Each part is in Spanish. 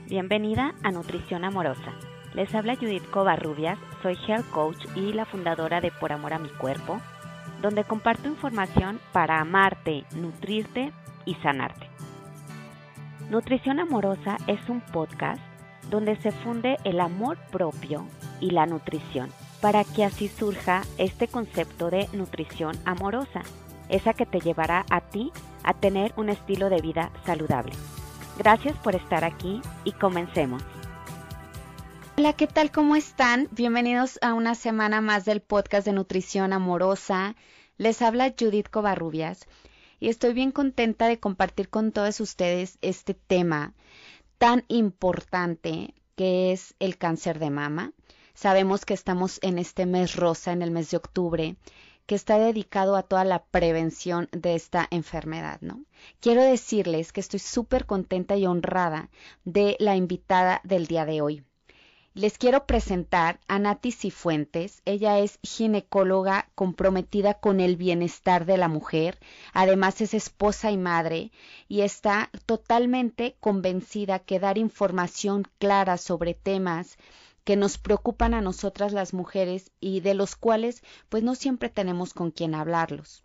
Bienvenida a Nutrición Amorosa. Les habla Judith Covarrubias, soy Health Coach y la fundadora de Por Amor a mi Cuerpo, donde comparto información para amarte, nutrirte y sanarte. Nutrición Amorosa es un podcast donde se funde el amor propio y la nutrición, para que así surja este concepto de nutrición amorosa, esa que te llevará a ti a tener un estilo de vida saludable. Gracias por estar aquí y comencemos. Hola, ¿qué tal? ¿Cómo están? Bienvenidos a una semana más del podcast de Nutrición Amorosa. Les habla Judith Covarrubias y estoy bien contenta de compartir con todos ustedes este tema tan importante que es el cáncer de mama. Sabemos que estamos en este mes rosa, en el mes de octubre, que está dedicado a toda la prevención de esta enfermedad, ¿no? Quiero decirles que estoy súper contenta y honrada de la invitada del día de hoy. Les quiero presentar a Nati Cifuentes. Ella es ginecóloga comprometida con el bienestar de la mujer, además es esposa y madre, y está totalmente convencida que dar información clara sobre temas que nos preocupan a nosotras las mujeres y de los cuales pues no siempre tenemos con quién hablarlos.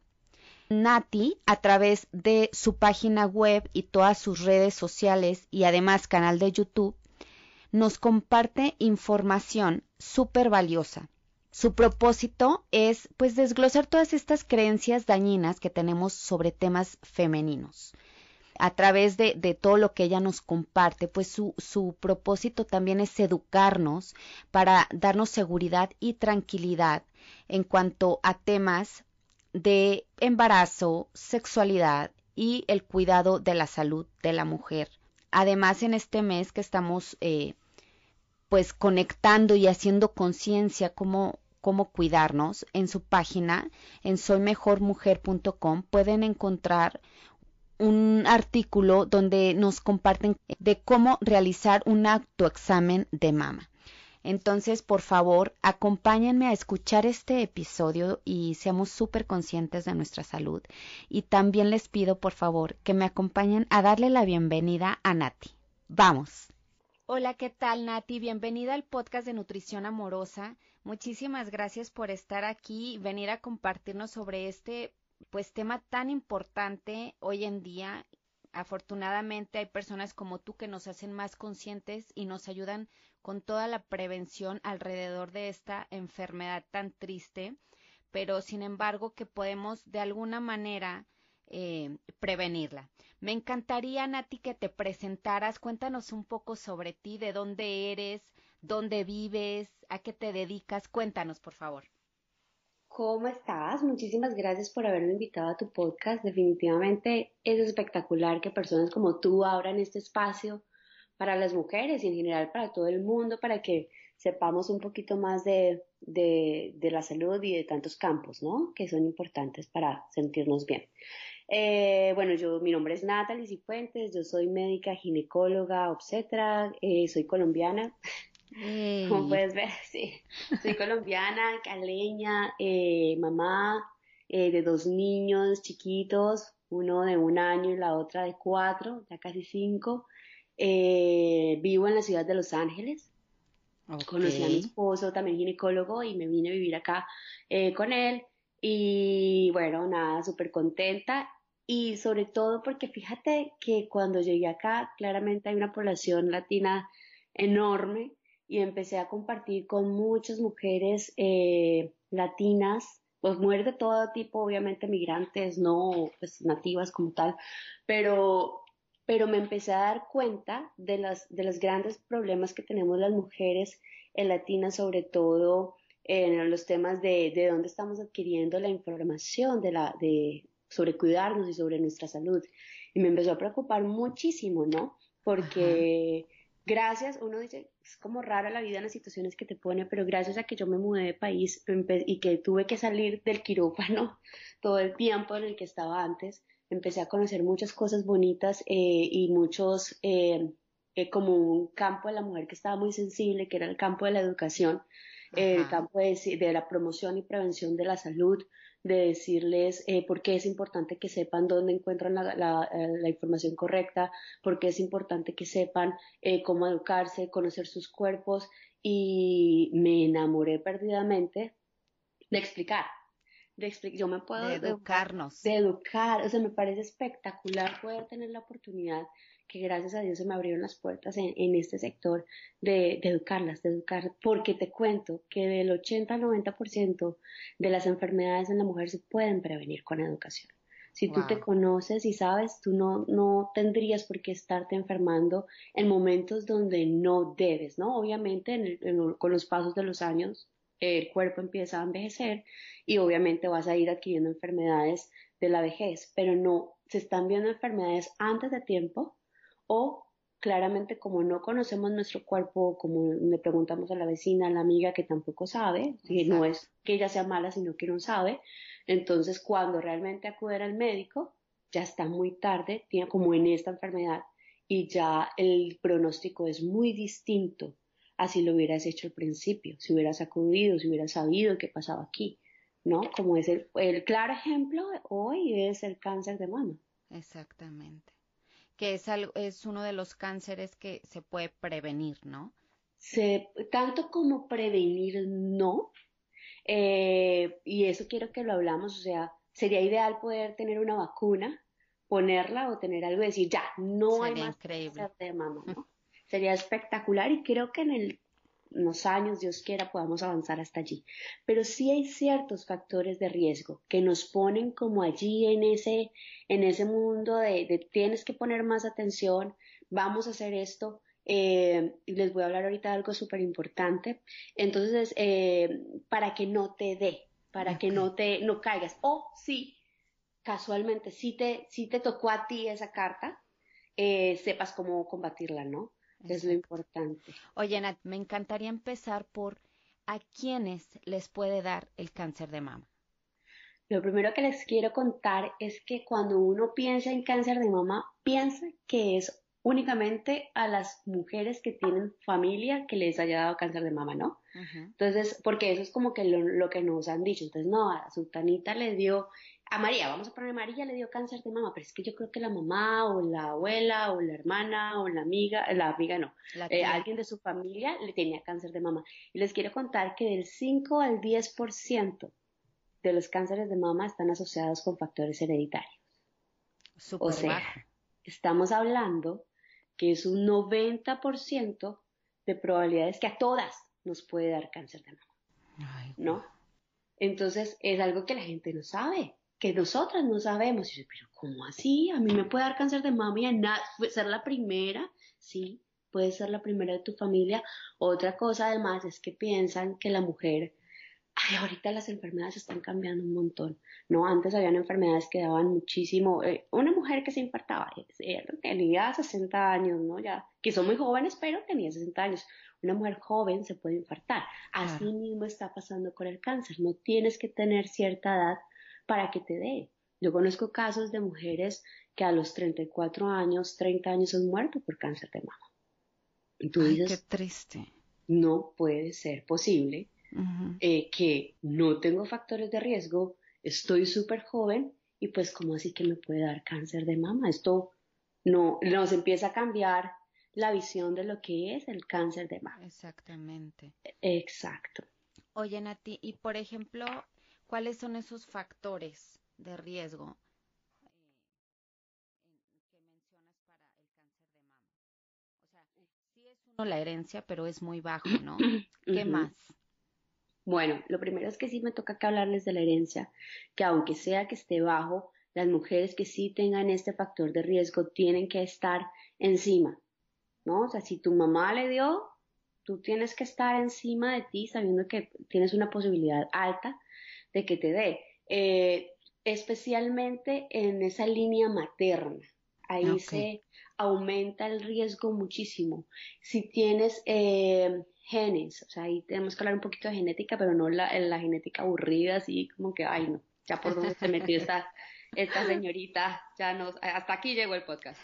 Nati, a través de su página web y todas sus redes sociales y además canal de YouTube, nos comparte información súper valiosa. Su propósito es pues desglosar todas estas creencias dañinas que tenemos sobre temas femeninos. A través de todo lo que ella nos comparte, pues su propósito también es educarnos para darnos seguridad y tranquilidad en cuanto a temas de embarazo, sexualidad y el cuidado de la salud de la mujer. Además, en este mes que estamos pues conectando y haciendo conciencia cómo cuidarnos, en su página, en soymejormujer.com, pueden encontrar un artículo donde nos comparten de cómo realizar un autoexamen de mama. Entonces, por favor, acompáñenme a escuchar este episodio y seamos súper conscientes de nuestra salud. Y también les pido, por favor, que me acompañen a darle la bienvenida a Nati. ¡Vamos! Hola, ¿qué tal, Nati? Bienvenida al podcast de Nutrición Amorosa. Muchísimas gracias por estar aquí y venir a compartirnos sobre este pues tema tan importante hoy en día. Afortunadamente hay personas como tú que nos hacen más conscientes y nos ayudan con toda la prevención alrededor de esta enfermedad tan triste, pero sin embargo que podemos de alguna manera prevenirla. Me encantaría, Nati, que te presentaras. Cuéntanos un poco sobre ti, de dónde eres, dónde vives, a qué te dedicas. Cuéntanos, por favor. ¿Cómo estás? Muchísimas gracias por haberme invitado a tu podcast. Definitivamente es espectacular que personas como tú abran este espacio para las mujeres y en general para todo el mundo, para que sepamos un poquito más de la salud y de tantos campos, ¿no? Que son importantes para sentirnos bien. Mi nombre es Natalie Cifuentes, yo soy médica, ginecóloga, obstetra, soy colombiana. Como Hey. puedes ver, sí. Soy colombiana, caleña, mamá de dos niños chiquitos, uno de 1 año y la otra de 4, ya casi 5. Vivo en la ciudad de Los Ángeles. Ok. Conocí a mi esposo, también ginecólogo, y me vine a vivir acá con él. Y bueno, nada, súper contenta. Y sobre todo porque fíjate que cuando llegué acá, claramente hay una población latina enorme y empecé a compartir con muchas mujeres latinas, pues mujeres de todo tipo, obviamente migrantes, no pues nativas como tal, pero me empecé a dar cuenta de los grandes problemas que tenemos las mujeres latinas, sobre todo en los temas de dónde estamos adquiriendo la información sobre cuidarnos y sobre nuestra salud. Y me empezó a preocupar muchísimo, ¿no? Ajá. Porque uno dice, es como rara la vida en las situaciones que te pone, pero gracias a que yo me mudé de país y que tuve que salir del quirófano todo el tiempo en el que estaba antes, empecé a conocer muchas cosas bonitas y muchos, como un campo de la mujer que estaba muy sensible, que era el campo de la educación, el Ajá. campo de la promoción y prevención de la salud, de decirles por qué es importante que sepan dónde encuentran la información correcta, por qué es importante que sepan cómo educarse, conocer sus cuerpos y me enamoré perdidamente de explicar. Yo me puedo De educar, educarnos. de educar, o sea, me parece espectacular poder tener la oportunidad que gracias a Dios se me abrieron las puertas en este sector de educarlas, de educar, porque te cuento que del 80 al 90% de las enfermedades en la mujer se pueden prevenir con educación. Si tú te Wow. conoces y sabes, tú no tendrías por qué estarte enfermando en momentos donde no debes, ¿no? Obviamente con los pasos de los años el cuerpo empieza a envejecer y obviamente vas a ir adquiriendo enfermedades de la vejez, pero no se están viendo enfermedades antes de tiempo o claramente como no conocemos nuestro cuerpo, como le preguntamos a la vecina, a la amiga que tampoco sabe, que no Exacto. es que ella sea mala, sino que no sabe, entonces cuando realmente acude al médico, ya está muy tarde, tiene como en esta enfermedad, y ya el pronóstico es muy distinto a si lo hubieras hecho al principio, si hubieras acudido, si hubieras sabido qué pasaba aquí, ¿no? Como es el claro ejemplo hoy es el cáncer de mama. Exactamente. Que es algo, es uno de los cánceres que se puede prevenir, ¿no? Tanto como prevenir, no, y eso quiero que lo hablamos, o sea, sería ideal poder tener una vacuna, ponerla o tener algo y decir, ya, no hay Sería más increíble. cáncer de mama, ¿no? Sería espectacular y creo que en los años, Dios quiera, podamos avanzar hasta allí. Pero sí hay ciertos factores de riesgo que nos ponen como allí en ese mundo de tienes que poner más atención, vamos a hacer esto. Y les voy a hablar ahorita de algo súper importante. Entonces, para que no te dé, para que Ok. no caigas. O si casualmente si te tocó a ti esa carta, sepas cómo combatirla, ¿no? Es lo Exacto. importante. Oye, Nat, me encantaría empezar por a quiénes les puede dar el cáncer de mama. Lo primero que les quiero contar es que cuando uno piensa en cáncer de mama, piensa que es únicamente a las mujeres que tienen familia que les haya dado cáncer de mama, ¿no? Ujú. Entonces, porque eso es como que lo que nos han dicho. Entonces, no, a Sultanita le dio, a María, vamos a poner María le dio cáncer de mama, pero es que yo creo que la mamá o la abuela o la hermana o la amiga no, La tía. alguien de su familia le tenía cáncer de mama. Y les quiero contar que del 5 al 10% de los cánceres de mama están asociados con factores hereditarios. O Súper sea, bajo. estamos hablando que es un 90% de probabilidades que a todas nos puede dar cáncer de mama, Ay, ¿no? Entonces es algo que la gente no sabe, que nosotras no sabemos. Y yo, pero ¿cómo así? A mí me puede dar cáncer de mama y ser la primera, sí, puede ser la primera de tu familia. Otra cosa además es que piensan que la mujer, ay, ahorita las enfermedades están cambiando un montón, ¿no? Antes habían enfermedades que daban muchísimo, una mujer que se infartaba, tenía 60 años, ¿no? Ya, que son muy jóvenes, pero tenía 60 años. Una mujer joven se puede infartar. Así claro. mismo está pasando con el cáncer. No tienes que tener cierta edad para que te dé. Yo conozco casos de mujeres que a los 34 años, 30 años han muerto por cáncer de mama. Y tú Ay, qué dices, triste. no puede ser posible Ujú. que no tengo factores de riesgo, estoy súper joven y pues como así que me puede dar cáncer de mama. Esto no nos empieza a cambiar la visión de lo que es el cáncer de mama. Exactamente. Exacto. Oye, Nati, y por ejemplo, ¿cuáles son esos factores de riesgo que mencionas para el cáncer de mama? O sea, sí es uno la herencia, pero es muy bajo, ¿no? ¿Qué Ujú. más? Bueno, lo primero es que sí me toca que hablarles de la herencia, que aunque sea que esté bajo, las mujeres que sí tengan este factor de riesgo tienen que estar encima, ¿no? O sea, si tu mamá le dio, tú tienes que estar encima de ti sabiendo que tienes una posibilidad alta de que te dé, especialmente en esa línea materna. Ahí Ok, se aumenta el riesgo muchísimo. Si tienes genes, o sea, ahí tenemos que hablar un poquito de genética, pero no la genética aburrida, así como que, ay, no, ya por dónde se metió esta señorita, ya no, hasta aquí llegó el podcast.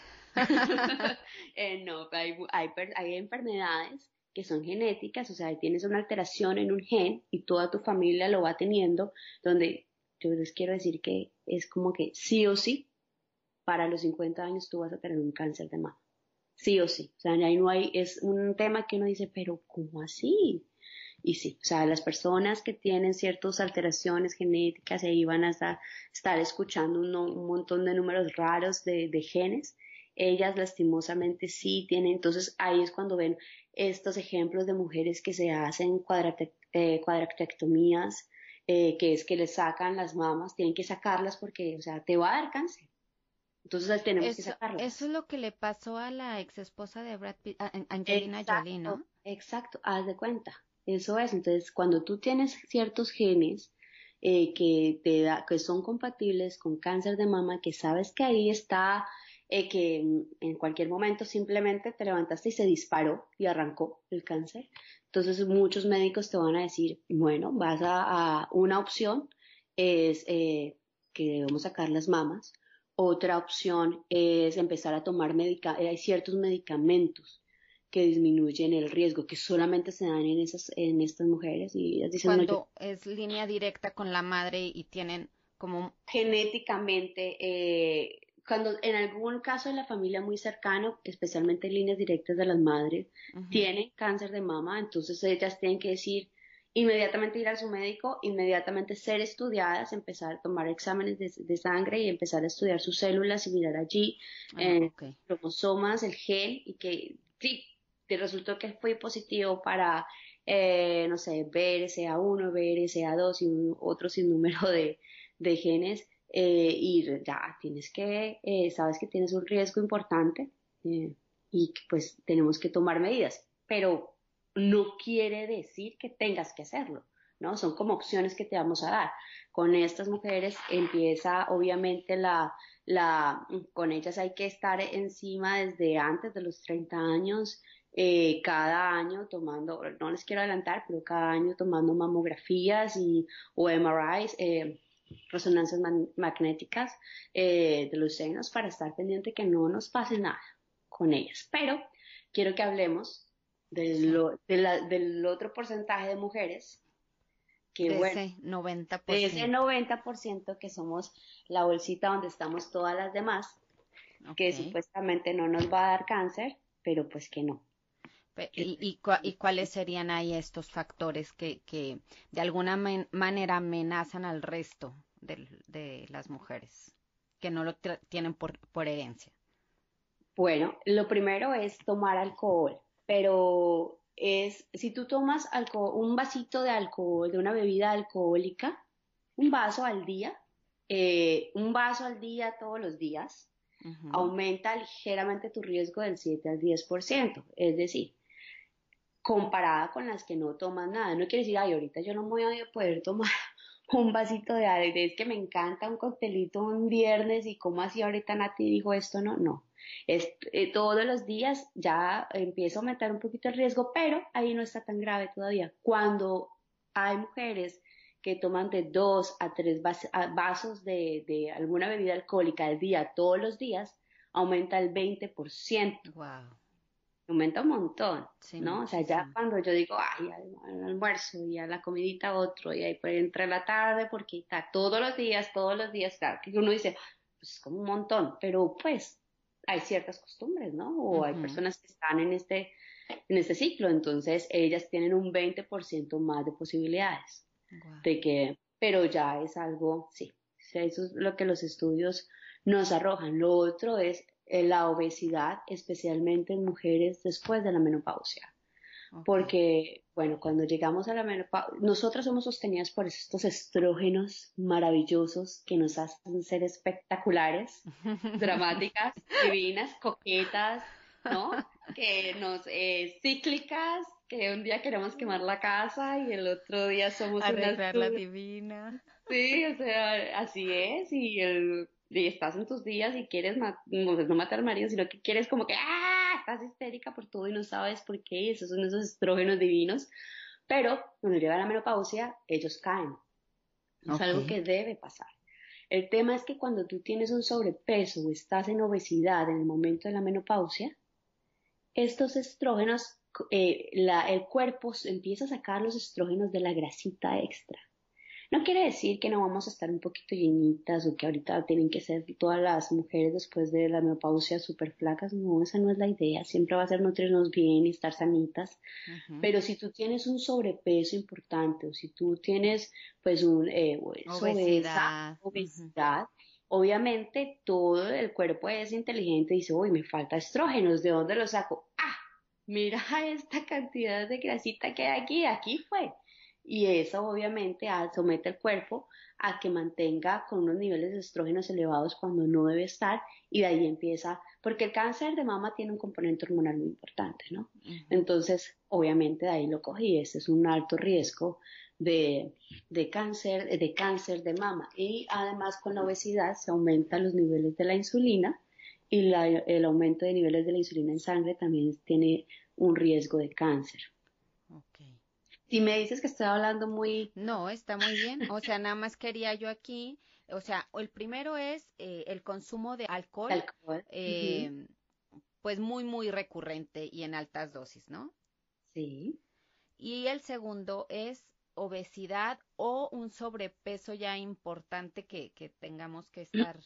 No, hay enfermedades que son genéticas, o sea, tienes una alteración en un gen y toda tu familia lo va teniendo, donde yo les quiero decir que es como que sí o sí, para los 50 años tú vas a tener un cáncer de mama. Sí o sí. O sea, ahí no hay, es un tema que uno dice, pero ¿cómo así? Y sí, o sea, las personas que tienen ciertas alteraciones genéticas ahí van a estar escuchando un montón de números raros de genes. Ellas lastimosamente sí tienen, entonces ahí es cuando ven estos ejemplos de mujeres que se hacen cuadratectomías, que es que les sacan las mamas, tienen que sacarlas porque, o sea, te va a dar cáncer. Entonces tenemos que Eso sacarlas. es lo que le pasó a la ex esposa de Brad Pitt, a Angelina Jolie, Exacto, ¿no? exacto, haz de cuenta. Eso es. Entonces, cuando tú tienes ciertos genes que son compatibles con cáncer de mama, que sabes que ahí está, que en cualquier momento simplemente te levantaste y se disparó y arrancó el cáncer. Entonces, muchos médicos te van a decir, bueno, vas a una opción es que debemos sacar las mamas. Otra opción es empezar a tomar hay ciertos medicamentos que disminuyen el riesgo, que solamente se dan en estas mujeres y ellas dicen, no, yo Cuando es línea directa con la madre y tienen como, genéticamente, cuando en algún caso de la familia muy cercano, especialmente en líneas directas de las madres, ujú, tienen cáncer de mama, entonces ellas tienen que decir inmediatamente ir a su médico, inmediatamente ser estudiadas, empezar a tomar exámenes de sangre y empezar a estudiar sus células y mirar allí ok. cromosomas, el gen, y que sí, te resultó que fue positivo para, no sé, BRCA1, BRCA2 y otro sinnúmero de genes, y ya tienes que, sabes que tienes un riesgo importante, y que pues tenemos que tomar medidas, pero no quiere decir que tengas que hacerlo, ¿no? Son como opciones que te vamos a dar. Con estas mujeres empieza obviamente con ellas hay que estar encima desde antes de los 30 años, cada año tomando, no les quiero adelantar, pero cada año tomando mamografías o MRIs, resonancias magnéticas de los senos para estar pendiente que no nos pase nada con ellas. Pero quiero que hablemos Sí, del otro porcentaje de mujeres que, de bueno, ese noventa por de ese ciento 90% que somos la bolsita donde estamos todas las demás, que Ok. supuestamente no nos va a dar cáncer, pero pues que no. ¿Y cuáles serían ahí estos factores que de alguna manera amenazan al resto de las mujeres, que no lo tienen por herencia? Bueno, lo primero es tomar alcohol, pero si tú tomas un vasito de alcohol, de una bebida alcohólica, un vaso al día todos los días, Ujú. aumenta ligeramente tu riesgo del 7 al 10%. Es decir, comparada con las que no toman nada. No quiere decir, ay, ahorita yo no me voy a poder tomar un vasito de aire, es que me encanta un coctelito un viernes y como así ahorita Nati dijo esto, no, no. Todos los días ya empiezo a aumentar un poquito el riesgo, pero ahí no está tan grave todavía. Cuando hay mujeres que toman de 2 a 3 vasos de alguna bebida alcohólica al día, todos los días, aumenta el 20%. Wow, Aumenta un montón, sí, ¿no? O sea, ya muchísimo. cuando yo digo, ay, al almuerzo y a la comidita otro, y ahí pues entre la tarde, porque está todos los días, claro, que uno dice, pues es como un montón, pero pues hay ciertas costumbres, ¿no? O hay Ujú. personas que están en este ciclo, entonces ellas tienen un 20% más de posibilidades Guau. de que, pero ya es algo, sí, o sea, eso es lo que los estudios nos arrojan. Lo otro es la obesidad, especialmente en mujeres después de la menopausia. Ok. Porque, bueno, cuando llegamos a la menopausia, nosotras somos sostenidas por estos estrógenos maravillosos que nos hacen ser espectaculares, dramáticas, divinas, coquetas, ¿no? Que cíclicas, que un día queremos quemar la casa y el otro día somos unas Arreglar la divina. sí, o sea, así es, y estás en tus días y quieres no matar al marido, sino que quieres como que, estás histérica por todo y no sabes por qué, y esos son esos estrógenos divinos, pero cuando llega la menopausia, ellos caen, es Ok. algo que debe pasar. El tema es que cuando tú tienes un sobrepeso o estás en obesidad en el momento de la menopausia, estos estrógenos, el cuerpo empieza a sacar los estrógenos de la grasita extra. No quiere decir que no vamos a estar un poquito llenitas o que ahorita tienen que ser todas las mujeres después de la menopausia súper flacas. No, esa no es la idea. Siempre va a ser nutrirnos bien y estar sanitas. Ujú. Pero si tú tienes un sobrepeso importante o si tú tienes pues un Obesidad. Ujú. obesidad, obviamente todo el cuerpo es inteligente y dice, uy, me falta estrógenos, ¿de dónde los saco? Ah, mira esta cantidad de grasita que hay aquí, aquí fue. Y eso obviamente somete al cuerpo a que mantenga con unos niveles de estrógenos elevados cuando no debe estar y de ahí empieza, porque el cáncer de mama tiene un componente hormonal muy importante, ¿no? Ujú. Entonces, obviamente de ahí lo cogí, ese es un alto riesgo de, de cáncer de mama. Y además con la obesidad se aumentan los niveles de la insulina y el aumento de niveles de la insulina en sangre también tiene un riesgo de cáncer. Ok. Si me dices que estoy hablando muy No, está muy bien. O sea, nada más quería yo aquí, o sea, el primero es el consumo de de alcohol, alcohol, ujú, eh, pues muy, muy recurrente y en altas dosis, ¿no? sí, Y el segundo es obesidad o un sobrepeso ya importante que tengamos que estar,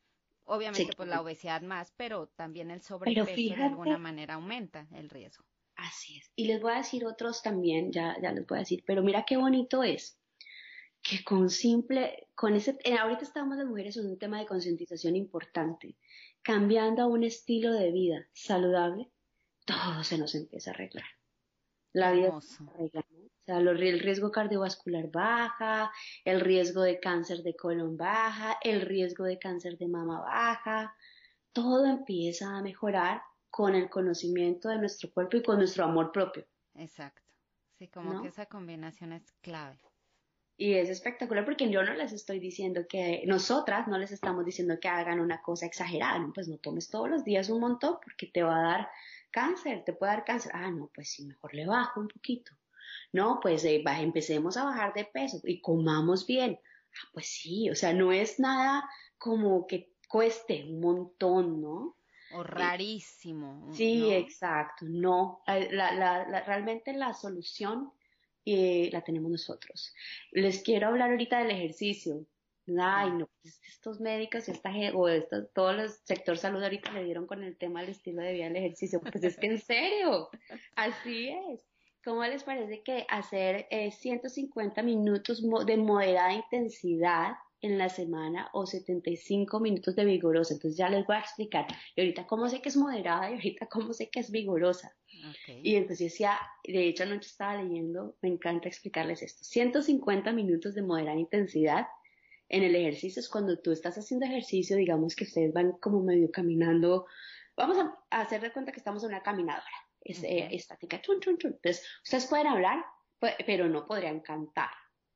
sí, obviamente pues la claro. obesidad más, pero también el Pero sobrepeso de alguna fíjate, manera aumenta el riesgo. así es. Y les voy a decir otros también, ya les voy a decir, pero mira qué bonito es que con simple, con ese, ahorita estamos las mujeres en un tema de concientización importante, cambiando a un estilo de vida saludable, todo se nos empieza a arreglar. Qué La vida se hermoso. arregla, ¿no? O sea, el riesgo cardiovascular baja, el riesgo de cáncer de colon baja, el riesgo de cáncer de mama baja, todo empieza a mejorar con el conocimiento de nuestro cuerpo y con nuestro amor propio, Exacto. Sí, como que ¿no? esa combinación es clave. Y es espectacular porque yo no les estoy diciendo que, nosotras no les estamos diciendo que hagan una cosa exagerada, ¿no? Pues no tomes todos los días un montón porque te va a dar cáncer, te puede dar cáncer. Ah, no, pues sí, mejor le bajo un poquito. No, pues empecemos a bajar de peso y comamos bien. Ah, pues sí, o sea, no es nada como que cueste un montón, ¿no? O rarísimo, Sí, ¿no? exacto. No, realmente la solución la tenemos nosotros. Les quiero hablar ahorita del ejercicio. Ay, Ah, no, pues estos médicos y todo el sector salud ahorita le dieron con el tema del estilo de vida del ejercicio. Pues es que en serio, así es. ¿Cómo les parece que hacer 150 minutos de moderada intensidad en la semana o 75 minutos de vigorosa? Entonces ya les voy a explicar. Y ahorita cómo sé que es moderada y ahorita cómo sé que es vigorosa. ok. Y entonces decía, de hecho anoche estaba leyendo, me encanta explicarles esto. 150 minutos de moderada intensidad en el ejercicio es cuando tú estás haciendo ejercicio, digamos que ustedes van como medio caminando. Vamos a hacer de cuenta que estamos en una caminadora Ujú. estática. Chun, chun, chun. Entonces, ustedes pueden hablar, pero no podrían cantar.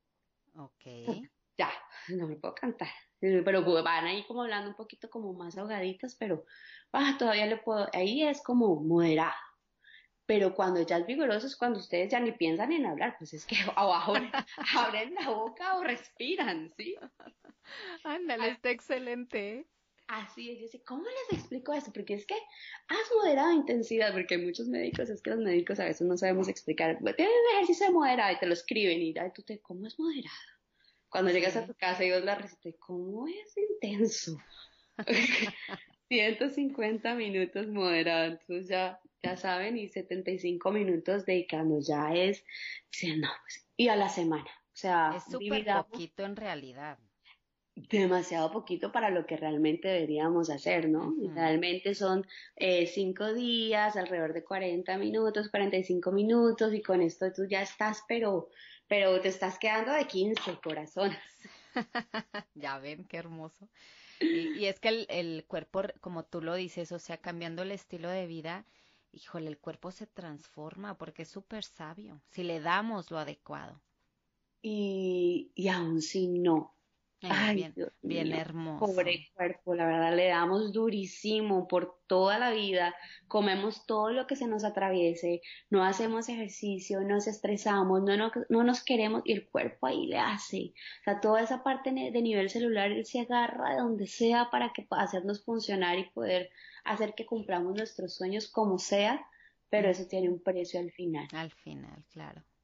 Ok. Ya, no me puedo cantar. Pero van ahí como hablando un poquito como más ahogaditas, pero todavía le puedo, ahí es como moderado. Pero cuando ya es vigoroso es cuando ustedes ya ni piensan en hablar, pues es que abajo abren la boca o respiran, ¿sí? Ándale, está excelente. Así es, yo sé, ¿cómo les explico eso? Porque es que haz moderada intensidad, porque hay muchos médicos, es que los médicos a veces no sabemos explicar, tienes un ejercicio de moderada y te lo escriben y ya tú te, ¿cómo es moderada? Cuando llegas a Sí. tu casa y ves la receta, ¿cómo es intenso? 150 minutos moderado, entonces ya saben, y 75 minutos dedicando, ya es, dicen, no, pues, y a la semana, o sea, Es súper dividamos poquito en realidad. demasiado poquito para lo que realmente deberíamos hacer, ¿no? Ujú. Realmente son 5 días, alrededor de 40 minutos, 45 minutos, y con esto tú ya estás, pero te estás quedando de 15 corazón. Ya ven, qué hermoso. Y es que el cuerpo, como tú lo dices, o sea, cambiando el estilo de vida, híjole, el cuerpo se transforma porque es súper sabio, si le damos lo adecuado. Y aún si no. Ay, Bien, Dios bien mío, hermoso. pobre cuerpo, la verdad, le damos durísimo por toda la vida, comemos todo lo que se nos atraviese, no hacemos ejercicio, nos estresamos, no nos queremos y el cuerpo ahí le hace. O sea, toda esa parte de nivel celular, él se agarra de donde sea para que hacernos funcionar y poder hacer que cumplamos nuestros sueños como sea, pero eso tiene Ujú. un precio al final. Al final, claro.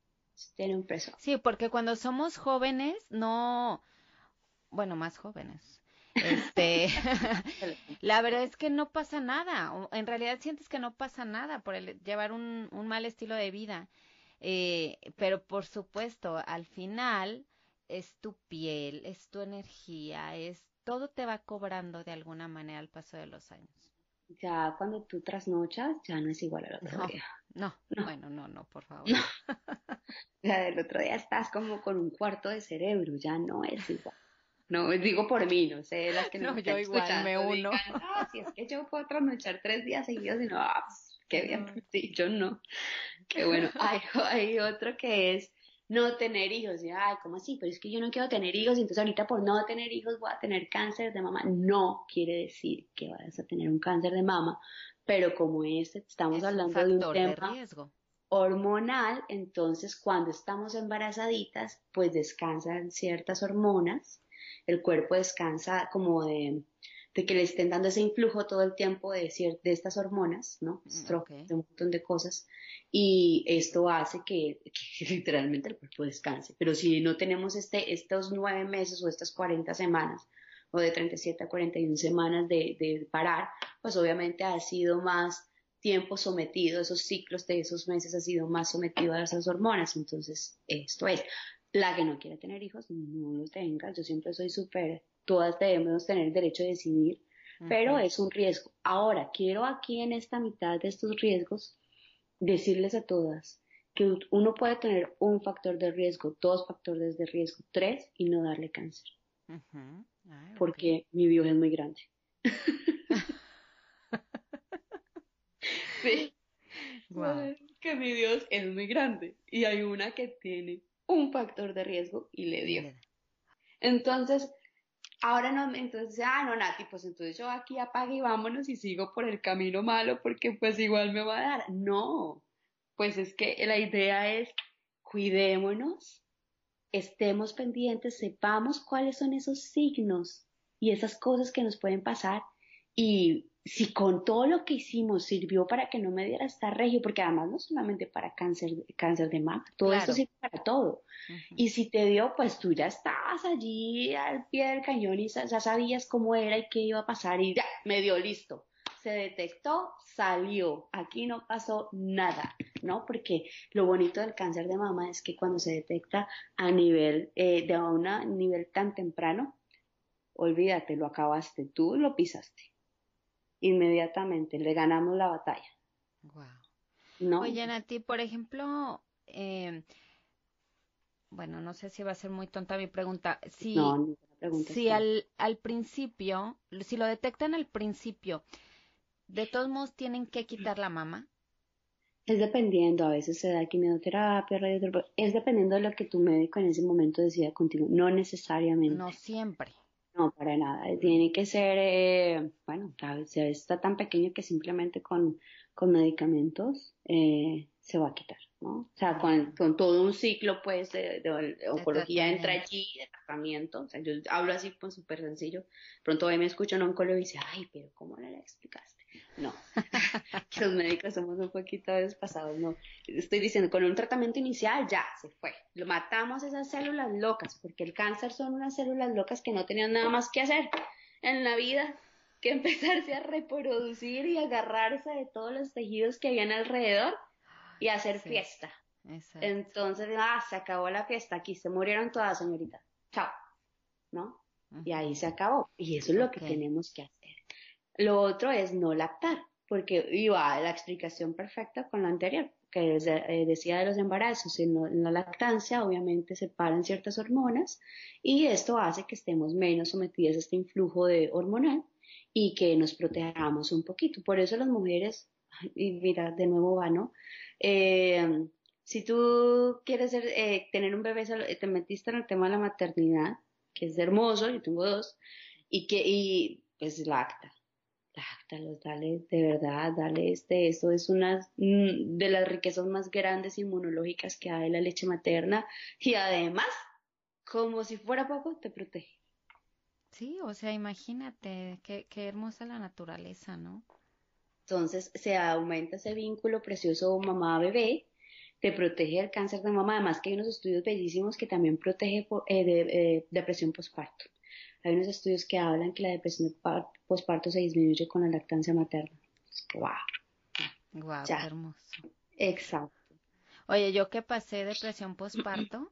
tiene un peso. Sí, porque cuando somos jóvenes, no, bueno, más jóvenes, este, la verdad es que no pasa nada. En realidad sientes que no pasa nada por llevar un mal estilo de vida. Pero por supuesto, al final es tu piel, es tu energía, todo te va cobrando de alguna manera al paso de los años. Ya cuando tú trasnochas, ya no es igual al otro No, día. no, No, bueno, no, no, por favor. no. Ya del otro día estás como con un cuarto de cerebro, ya no es igual. No, digo por mí, no sé, las que nos No, están yo igual me escuchando uno. digan, no, si es que yo puedo trasnochar 3 días seguidos y no, pues, qué bien No. por ti, yo no. Qué bueno. Hay otro que es no tener hijos. Y, ay, ¿cómo así? Pero es que yo no quiero tener hijos, entonces ahorita por no tener hijos voy a tener cáncer de mama. No quiere decir que vayas a tener un cáncer de mama, pero como estamos Es un hablando de un factor de tema riesgo. hormonal, entonces cuando estamos embarazaditas, pues descansan ciertas hormonas, el cuerpo descansa como de que le estén dando ese influjo todo el tiempo de estas hormonas, ¿no? Ok. De un montón de cosas, y esto hace que literalmente el cuerpo descanse. Pero si no tenemos estos 9 meses o estas 40 semanas, o de 37 a 41 semanas de parar, pues obviamente ha sido más tiempo sometido, esos ciclos de esos meses ha sido más sometido a esas hormonas. Entonces, esto es, la que no quiere tener hijos, no los tenga. Yo siempre soy súper, todas debemos tener el derecho de decidir, pero Ujú. es un riesgo. Ahora, quiero aquí en esta mitad de estos riesgos decirles a todas que uno puede tener un factor de riesgo, dos factores de riesgo, tres y no darle cáncer, Ujú. Ay, ok. porque mi Dios es muy grande. Sí. Wow. Que mi Dios es muy grande y hay una que tiene un factor de riesgo y le Y dio. le da. Entonces, ahora no, entonces, no, Nati, pues entonces yo aquí apague y vámonos y sigo por el camino malo porque pues igual me va a dar. No, pues es que la idea es cuidémonos, estemos pendientes, sepamos cuáles son esos signos y esas cosas que nos pueden pasar. Y si con todo lo que hicimos sirvió para que no me diera esta regio, porque además no solamente para cáncer de mama, todo esto Claro. sirve para todo. Ujú. Y si te dio, pues tú ya estabas allí al pie del cañón y ya sabías cómo era y qué iba a pasar y ya, me dio listo. Se detectó, salió. Aquí no pasó nada, ¿no? Porque lo bonito del cáncer de mama es que cuando se detecta a nivel, de un nivel tan temprano, olvídate, lo acabaste, tú lo pisaste. Inmediatamente le ganamos la batalla, Wow. ¿no? Oye, Nati, por ejemplo, bueno, no sé si va a ser muy tonta mi pregunta. No, Si, ninguna pregunta es si tonta. al principio, si lo detectan al principio, de todos modos tienen que quitar la mama. Es dependiendo, a veces se da quimioterapia, radioterapia, es dependiendo de lo que tu médico en ese momento decida contigo, no necesariamente. No siempre. No, para nada. Tiene que ser, bueno, a veces está tan pequeño que simplemente con medicamentos se va a quitar, ¿no? O sea, Mm, con todo un ciclo, pues, de de oncología entra tratamiento. allí, de tratamiento. O sea, yo hablo así, pues, súper sencillo. Pronto hoy me escucha un oncólogo y dice, ay, pero ¿cómo le explicaste? No, que los médicos somos un poquito despasados, no. Estoy diciendo, con un tratamiento inicial ya se fue. Lo matamos esas células locas, porque el cáncer son unas células locas que no tenían nada más que hacer en la vida que empezarse a reproducir y agarrarse de todos los tejidos que habían alrededor y hacer Sí, fiesta. exacto. Entonces, se acabó la fiesta, aquí se murieron todas, señorita. Chao, ¿no? Y Ujú. ahí se acabó. Y eso es lo que Ok. tenemos que hacer. Lo otro es no lactar, porque iba la explicación perfecta con la anterior, que decía de los embarazos. En la lactancia, obviamente, se paran ciertas hormonas y esto hace que estemos menos sometidas a este influjo de hormonal y que nos protejamos un poquito. Por eso las mujeres, y mira, de nuevo va, ¿no? Eh, si tú quieres tener un bebé, te metiste en el tema de la maternidad, que es hermoso, yo tengo dos, y pues lacta. Láctalos, dale, de verdad, dale esto es una de las riquezas más grandes inmunológicas que hay la leche materna y además, como si fuera poco, te protege. Sí, o sea, imagínate, qué hermosa la naturaleza, ¿no? Entonces se aumenta ese vínculo precioso mamá-bebé, te protege del cáncer de mama, además que hay unos estudios bellísimos que también protege de depresión postparto. Hay unos estudios que hablan que la depresión postparto se disminuye con la lactancia materna. ¡Wow! Guau, qué Ya, hermoso. exacto. Oye, yo que pasé depresión postparto,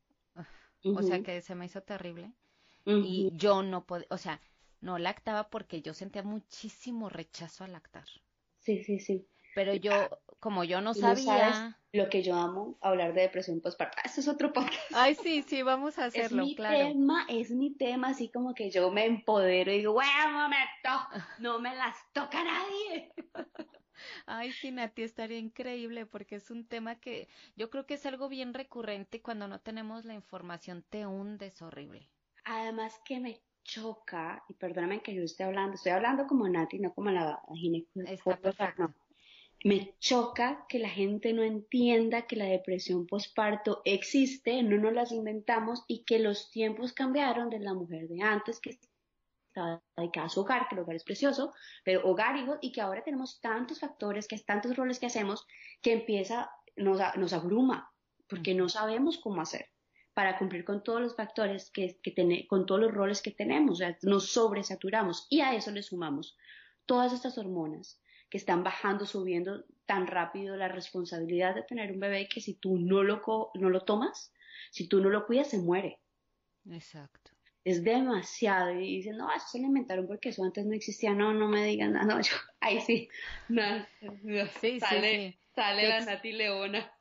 o sea Ujú, que se me hizo terrible y ujú. yo no podía, o sea, no lactaba porque yo sentía muchísimo rechazo al lactar. Sí, sí, sí. Pero yo, como yo no Tú no sabes sabía, lo que yo amo, hablar de depresión postparto. Esto es otro podcast. ay, sí, sí, vamos a hacerlo, claro. Es mi tema, así como que yo me empodero y digo, bueno, un momento, no me las toca nadie. Ay, sí, Nati, estaría increíble porque es un tema que yo creo que es algo bien recurrente y cuando no tenemos la información te hundes horrible. Además que me choca, y perdóname que yo estoy hablando como Nati, no como la Está ginecóloga, perfecto. no. Me choca que la gente no entienda que la depresión postparto existe, no nos las inventamos y que los tiempos cambiaron de la mujer de antes que estaba dedicada a su hogar, que el hogar es precioso, pero hogar, hijos, y que ahora tenemos tantos factores, que tantos roles que hacemos, que nos abruma, porque Ujú. no sabemos cómo hacer para cumplir con todos los factores con todos los roles que tenemos, o sea, nos sobresaturamos y a eso le sumamos todas estas hormonas que están bajando, subiendo tan rápido la responsabilidad de tener un bebé que si tú no lo tomas, si tú no lo cuidas, se muere. Exacto. Es demasiado. Y dicen, no, eso se lo inventaron porque eso antes no existía. No, no me digan nada. No, yo, ahí sí. No, no, Sí, sí, sí. sale Que la Nati Leona.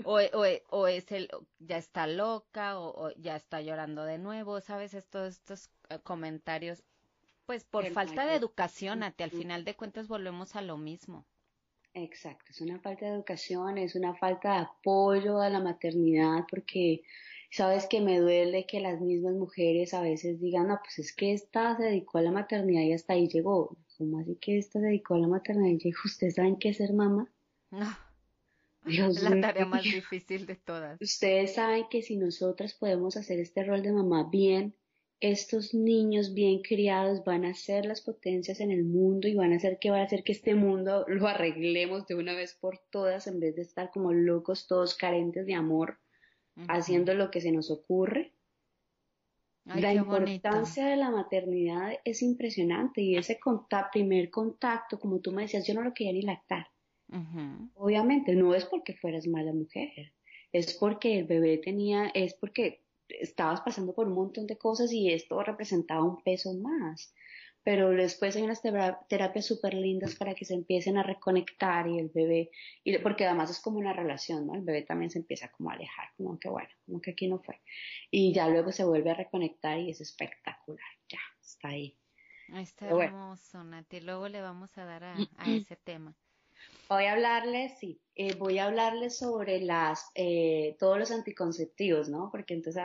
o es el, ya está loca o ya está llorando de nuevo, ¿sabes? Estos comentarios, pues por El falta de mayor. educación, al final de cuentas volvemos a lo mismo. Exacto, es una falta de educación, es una falta de apoyo a la maternidad, porque sabes que me duele que las mismas mujeres a veces digan, no, pues es que esta se dedicó a la maternidad y hasta ahí llegó. ¿Cómo así que esta se dedicó a la maternidad y llegó? ¿Ustedes saben qué es ser mamá? No, Dios la mío. tarea más difícil de todas. Ustedes saben que si nosotras podemos hacer este rol de mamá bien, estos niños bien criados van a ser las potencias en el mundo y van a hacer que este mundo lo arreglemos de una vez por todas en vez de estar como locos todos carentes de amor Ujú. haciendo lo que se nos ocurre. Ay, La qué bonito. importancia de la maternidad es impresionante y ese primer contacto, como tú me decías, yo no lo quería ni lactar. Ujú. Obviamente, no es porque fueras mala mujer, es porque el bebé es porque estabas pasando por un montón de cosas y esto representaba un peso más. Pero después hay unas terapias súper lindas para que se empiecen a reconectar y el bebé, porque además es como una relación, ¿no? El bebé también se empieza como a alejar, como que bueno, como que aquí no fue. Y ya luego se vuelve a reconectar y es espectacular, ya, está ahí. Ay, está Pero bueno. hermoso, Nati. Luego le vamos a dar a ese tema. Voy a hablarles sobre todos los anticonceptivos, ¿no? Porque entonces,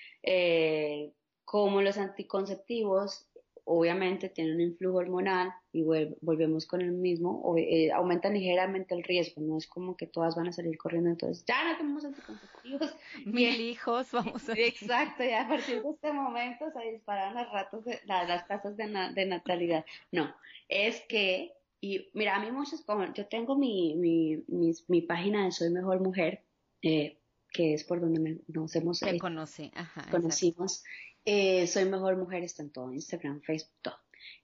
como los anticonceptivos, obviamente tienen un influjo hormonal y volvemos con el mismo, aumentan ligeramente el riesgo, no es como que todas van a salir corriendo, entonces ya no tenemos anticonceptivos y 1000 hijos, vamos a decir. exacto, ya a partir de este momento se disparan las tasas de natalidad. No, es que, y mira, a mí como yo tengo mi página de Soy Mejor Mujer, eh, que es por donde nos hemos Te conocí, ajá, exacto. conocimos. Soy Mejor Mujer, está en todo, Instagram, Facebook, todo.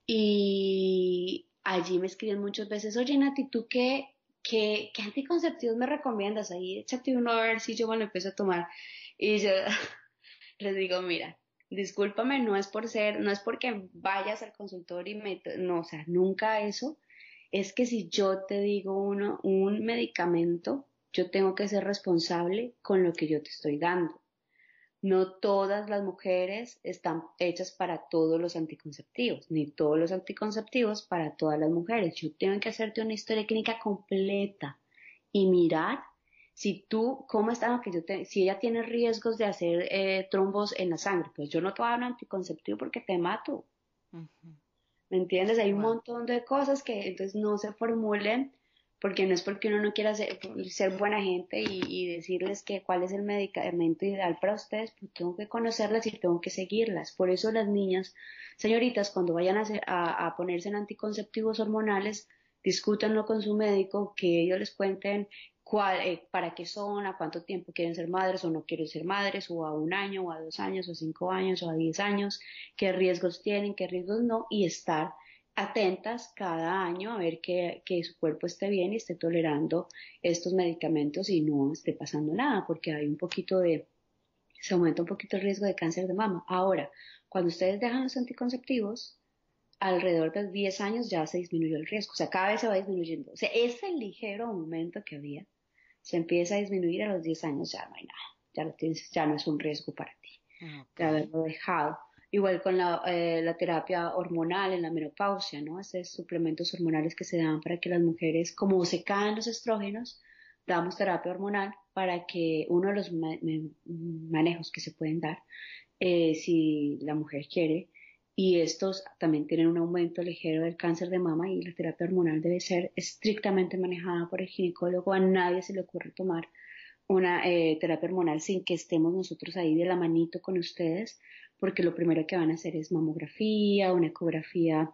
Y allí me escriben muchas veces, oye Nati, ¿tú qué anticonceptivos me recomiendas? Ahí échate uno a ver si yo me lo empiezo a tomar. Y yo les digo, mira, discúlpame, no es porque vayas al consultorio no, o sea, nunca eso. Es que si yo te digo un medicamento, yo tengo que ser responsable con lo que yo te estoy dando. No todas las mujeres están hechas para todos los anticonceptivos, ni todos los anticonceptivos para todas las mujeres. Yo tengo que hacerte una historia clínica completa y mirar si tú, cómo está, si ella tiene riesgos de hacer trombos en la sangre, pues yo no te voy a dar un anticonceptivo porque te mato. ¿Me entiendes? Hay un Wow. montón de cosas que entonces no se formulen porque no es porque uno no quiera ser buena gente y decirles que cuál es el medicamento ideal para ustedes, pues tengo que conocerlas y tengo que seguirlas. Por eso las niñas, señoritas, cuando vayan a ponerse en anticonceptivos hormonales, discútanlo con su médico, que ellos les cuenten para qué son, a cuánto tiempo quieren ser madres o no quieren ser madres, o a 1 año, o a 2 años, o a 5 años, o a 10 años, qué riesgos tienen, qué riesgos no, y estar atentas cada año a ver que su cuerpo esté bien y esté tolerando estos medicamentos y no esté pasando nada, porque hay se aumenta un poquito el riesgo de cáncer de mama. Ahora, cuando ustedes dejan los anticonceptivos, alrededor de 10 años ya se disminuyó el riesgo, o sea, cada vez se va disminuyendo. O sea, ese ligero aumento que había se empieza a disminuir a los 10 años, ya no hay nada, ya lo tienes, ya no es un riesgo para ti de Okay. haberlo dejado. Igual con la terapia hormonal en la menopausia, ¿no? Estos suplementos hormonales que se dan para que las mujeres, como se caen los estrógenos, damos terapia hormonal para que uno de los manejos que se pueden dar, si la mujer quiere, y estos también tienen un aumento ligero del cáncer de mama y la terapia hormonal debe ser estrictamente manejada por el ginecólogo. A nadie se le ocurre tomar una terapia hormonal sin que estemos nosotros ahí de la manito con ustedes, porque lo primero que van a hacer es mamografía, una ecografía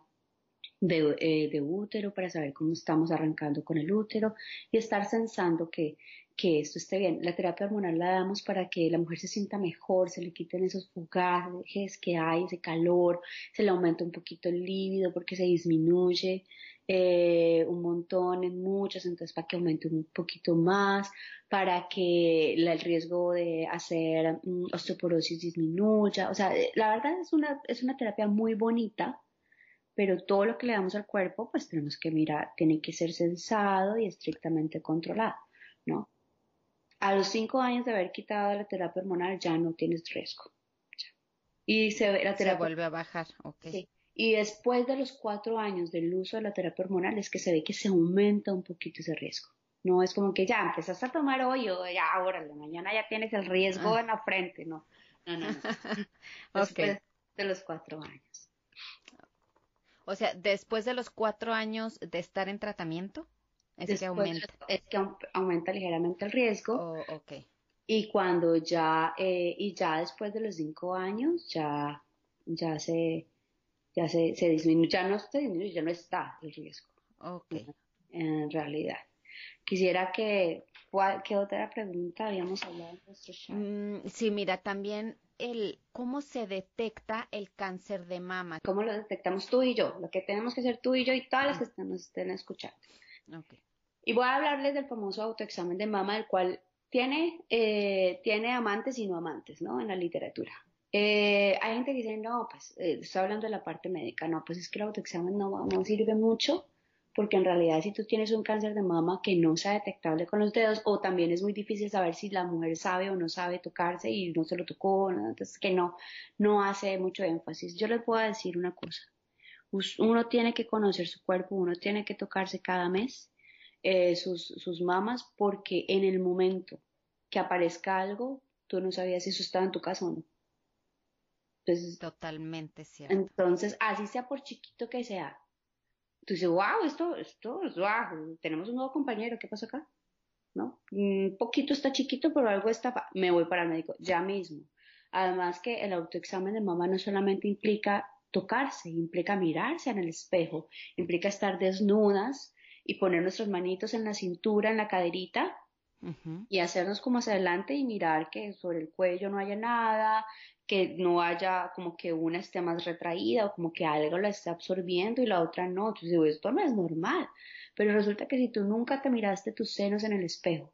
de útero para saber cómo estamos arrancando con el útero y estar sensando que esto esté bien. La terapia hormonal la damos para que la mujer se sienta mejor, se le quiten esos fogajes que hay, ese calor, se le aumenta un poquito el líbido porque se disminuye un montón en muchas, entonces para que aumente un poquito más, para que el riesgo de hacer osteoporosis disminuya. O sea, la verdad es una terapia muy bonita, pero todo lo que le damos al cuerpo, pues tenemos que mirar, tiene que ser sensado y estrictamente controlado, ¿no? A los 5 años de haber quitado la terapia hormonal ya no tienes riesgo. Y la Se terapia, vuelve a bajar, ok. sí. Y después de los 4 años del uso de la terapia hormonal es que se ve que se aumenta un poquito ese riesgo. No es como que ya empezaste a tomar hoy o ya, órale, mañana ya tienes el riesgo Ah, en la frente. No, no, no, no. ok. Después de los 4 años. O sea, después de los 4 años de estar en tratamiento, es que Después aumenta. es que aumenta ligeramente el riesgo Oh, ok. y cuando ya después de los 5 años ya se disminuye, ya no se disminuye, ya no está el riesgo, Ok. en realidad. Quisiera ¿qué otra pregunta habíamos hablado en nuestro chat? Sí, mira, también cómo se detecta el cáncer de mama. ¿Cómo lo detectamos tú y yo? Lo que tenemos que hacer tú y yo y todas las Mm, que nos estén escuchando. ok. Y voy a hablarles del famoso autoexamen de mama, el cual tiene amantes y no amantes, ¿no? En la literatura. Hay gente que dice, no, pues, estoy hablando de la parte médica, no, pues es que el autoexamen no sirve mucho, porque en realidad si tú tienes un cáncer de mama que no sea detectable con los dedos, o también es muy difícil saber si la mujer sabe o no sabe tocarse y no se lo tocó, ¿no? Entonces que no hace mucho énfasis. Yo les puedo decir una cosa. Uno tiene que conocer su cuerpo, uno tiene que tocarse cada mes sus mamas, porque en el momento que aparezca algo, tú no sabías si eso estaba en tu casa o no. Entonces, Totalmente cierto. entonces, así sea por chiquito que sea, tú dices, wow, esto es wow, tenemos un nuevo compañero, ¿qué pasó acá? ¿No? Un poquito está chiquito, pero algo está, me voy para el médico, ya mismo. Además que el autoexamen de mama no solamente implica tocarse, implica mirarse en el espejo, implica estar desnudas y poner nuestras manitos en la cintura, en la caderita Ujú. y hacernos como hacia adelante y mirar que sobre el cuello no haya nada, que no haya como que una esté más retraída o como que algo la esté absorbiendo y la otra no. Entonces digo, esto no es normal. Pero resulta que si tú nunca te miraste tus senos en el espejo,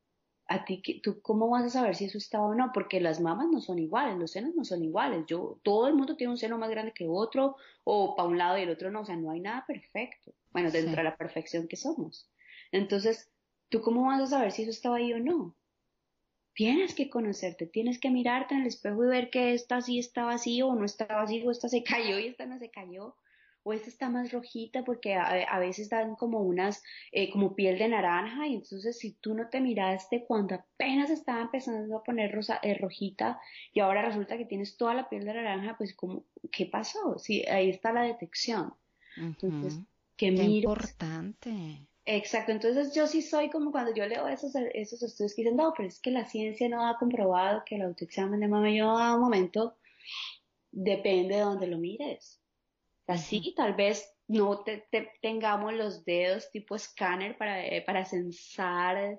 ¿tú cómo vas a saber si eso estaba o no? Porque las mamas no son iguales, los senos no son iguales. Todo el mundo tiene un seno más grande que otro, o para un lado y el otro no, o sea, no hay nada perfecto. Bueno, dentro de Sí. la perfección que somos. Entonces, ¿tú cómo vas a saber si eso estaba ahí o no? Tienes que conocerte, tienes que mirarte en el espejo y ver que esta sí estaba así o no estaba así, o esta se cayó y esta no se cayó, o esta está más rojita porque a veces dan como como piel de naranja y entonces si tú no te miraste cuando apenas estaba empezando a poner rojita y ahora resulta que tienes toda la piel de naranja, pues como, ¿qué pasó? Sí, ahí está la detección. Entonces, Ujú. que Qué mires. importante. Exacto, entonces yo sí soy como cuando yo leo esos estudios que dicen, no, pero es que la ciencia no ha comprobado que el autoexamen de mama, yo a un momento, depende de donde lo mires. Ujú. Así tal vez no tengamos los dedos tipo escáner para censar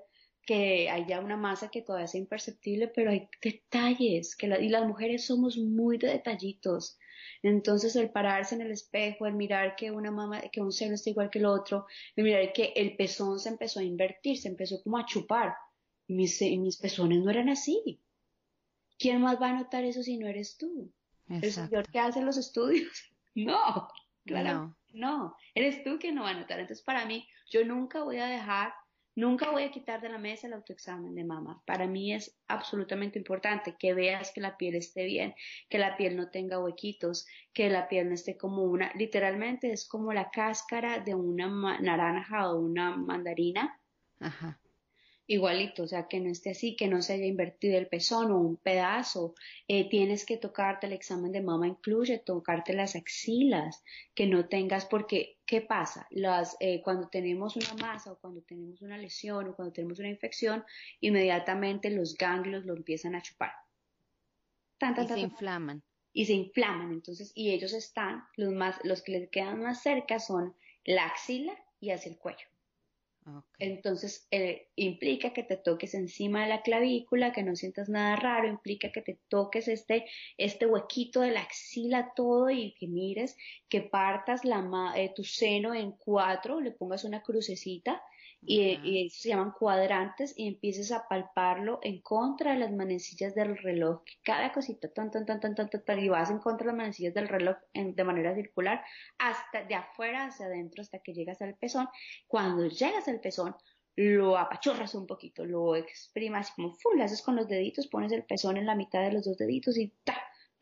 que haya una masa que todavía sea imperceptible, pero hay detalles, y las mujeres somos muy de detallitos. Entonces, el pararse en el espejo, el mirar que una mama, que un seno está igual que el otro, el mirar que el pezón se empezó a invertir, se empezó como a chupar. Mis pezones no eran así. ¿Quién más va a notar eso si no eres tú? ¿El señor Exacto. que hace los estudios? No, claramente No. no. Eres tú quien no va a notar. Entonces, para mí, yo nunca voy a dejar, nunca voy a quitar de la mesa el autoexamen de mama. Para mí es absolutamente importante que veas que la piel esté bien, que la piel no tenga huequitos, que la piel no esté como literalmente es como la cáscara de una naranja o una mandarina. Ajá. Igualito, o sea, que no esté así, que no se haya invertido el pezón o un pedazo. Tienes que tocarte, el examen de mama incluye tocarte las axilas, que no tengas, porque, ¿qué pasa? Cuando tenemos una masa o cuando tenemos una lesión o cuando tenemos una infección, inmediatamente los ganglios lo empiezan a chupar. Tan, tan, Y tan, se tan, tan, inflaman. y se inflaman, entonces, y ellos están, los que les quedan más cerca son la axila y hacia el cuello. Ok. Entonces, implica que te toques encima de la clavícula, que no sientas nada raro, implica que te toques este huequito de la axila todo y que mires, que partas tu seno en cuatro, le pongas una crucecita Ajá. y se llaman cuadrantes y empieces a palparlo en contra de las manecillas del reloj, que cada cosita, tan, tan, tan, tan, tan, tan, tan, y vas en contra de las manecillas del reloj de manera circular, hasta de afuera hacia adentro, hasta que llegas al pezón. Cuando llegas al pezón, lo apachurras un poquito, lo exprimas, como ¡fum! Lo haces con los deditos, pones el pezón en la mitad de los dos deditos y ¡ta!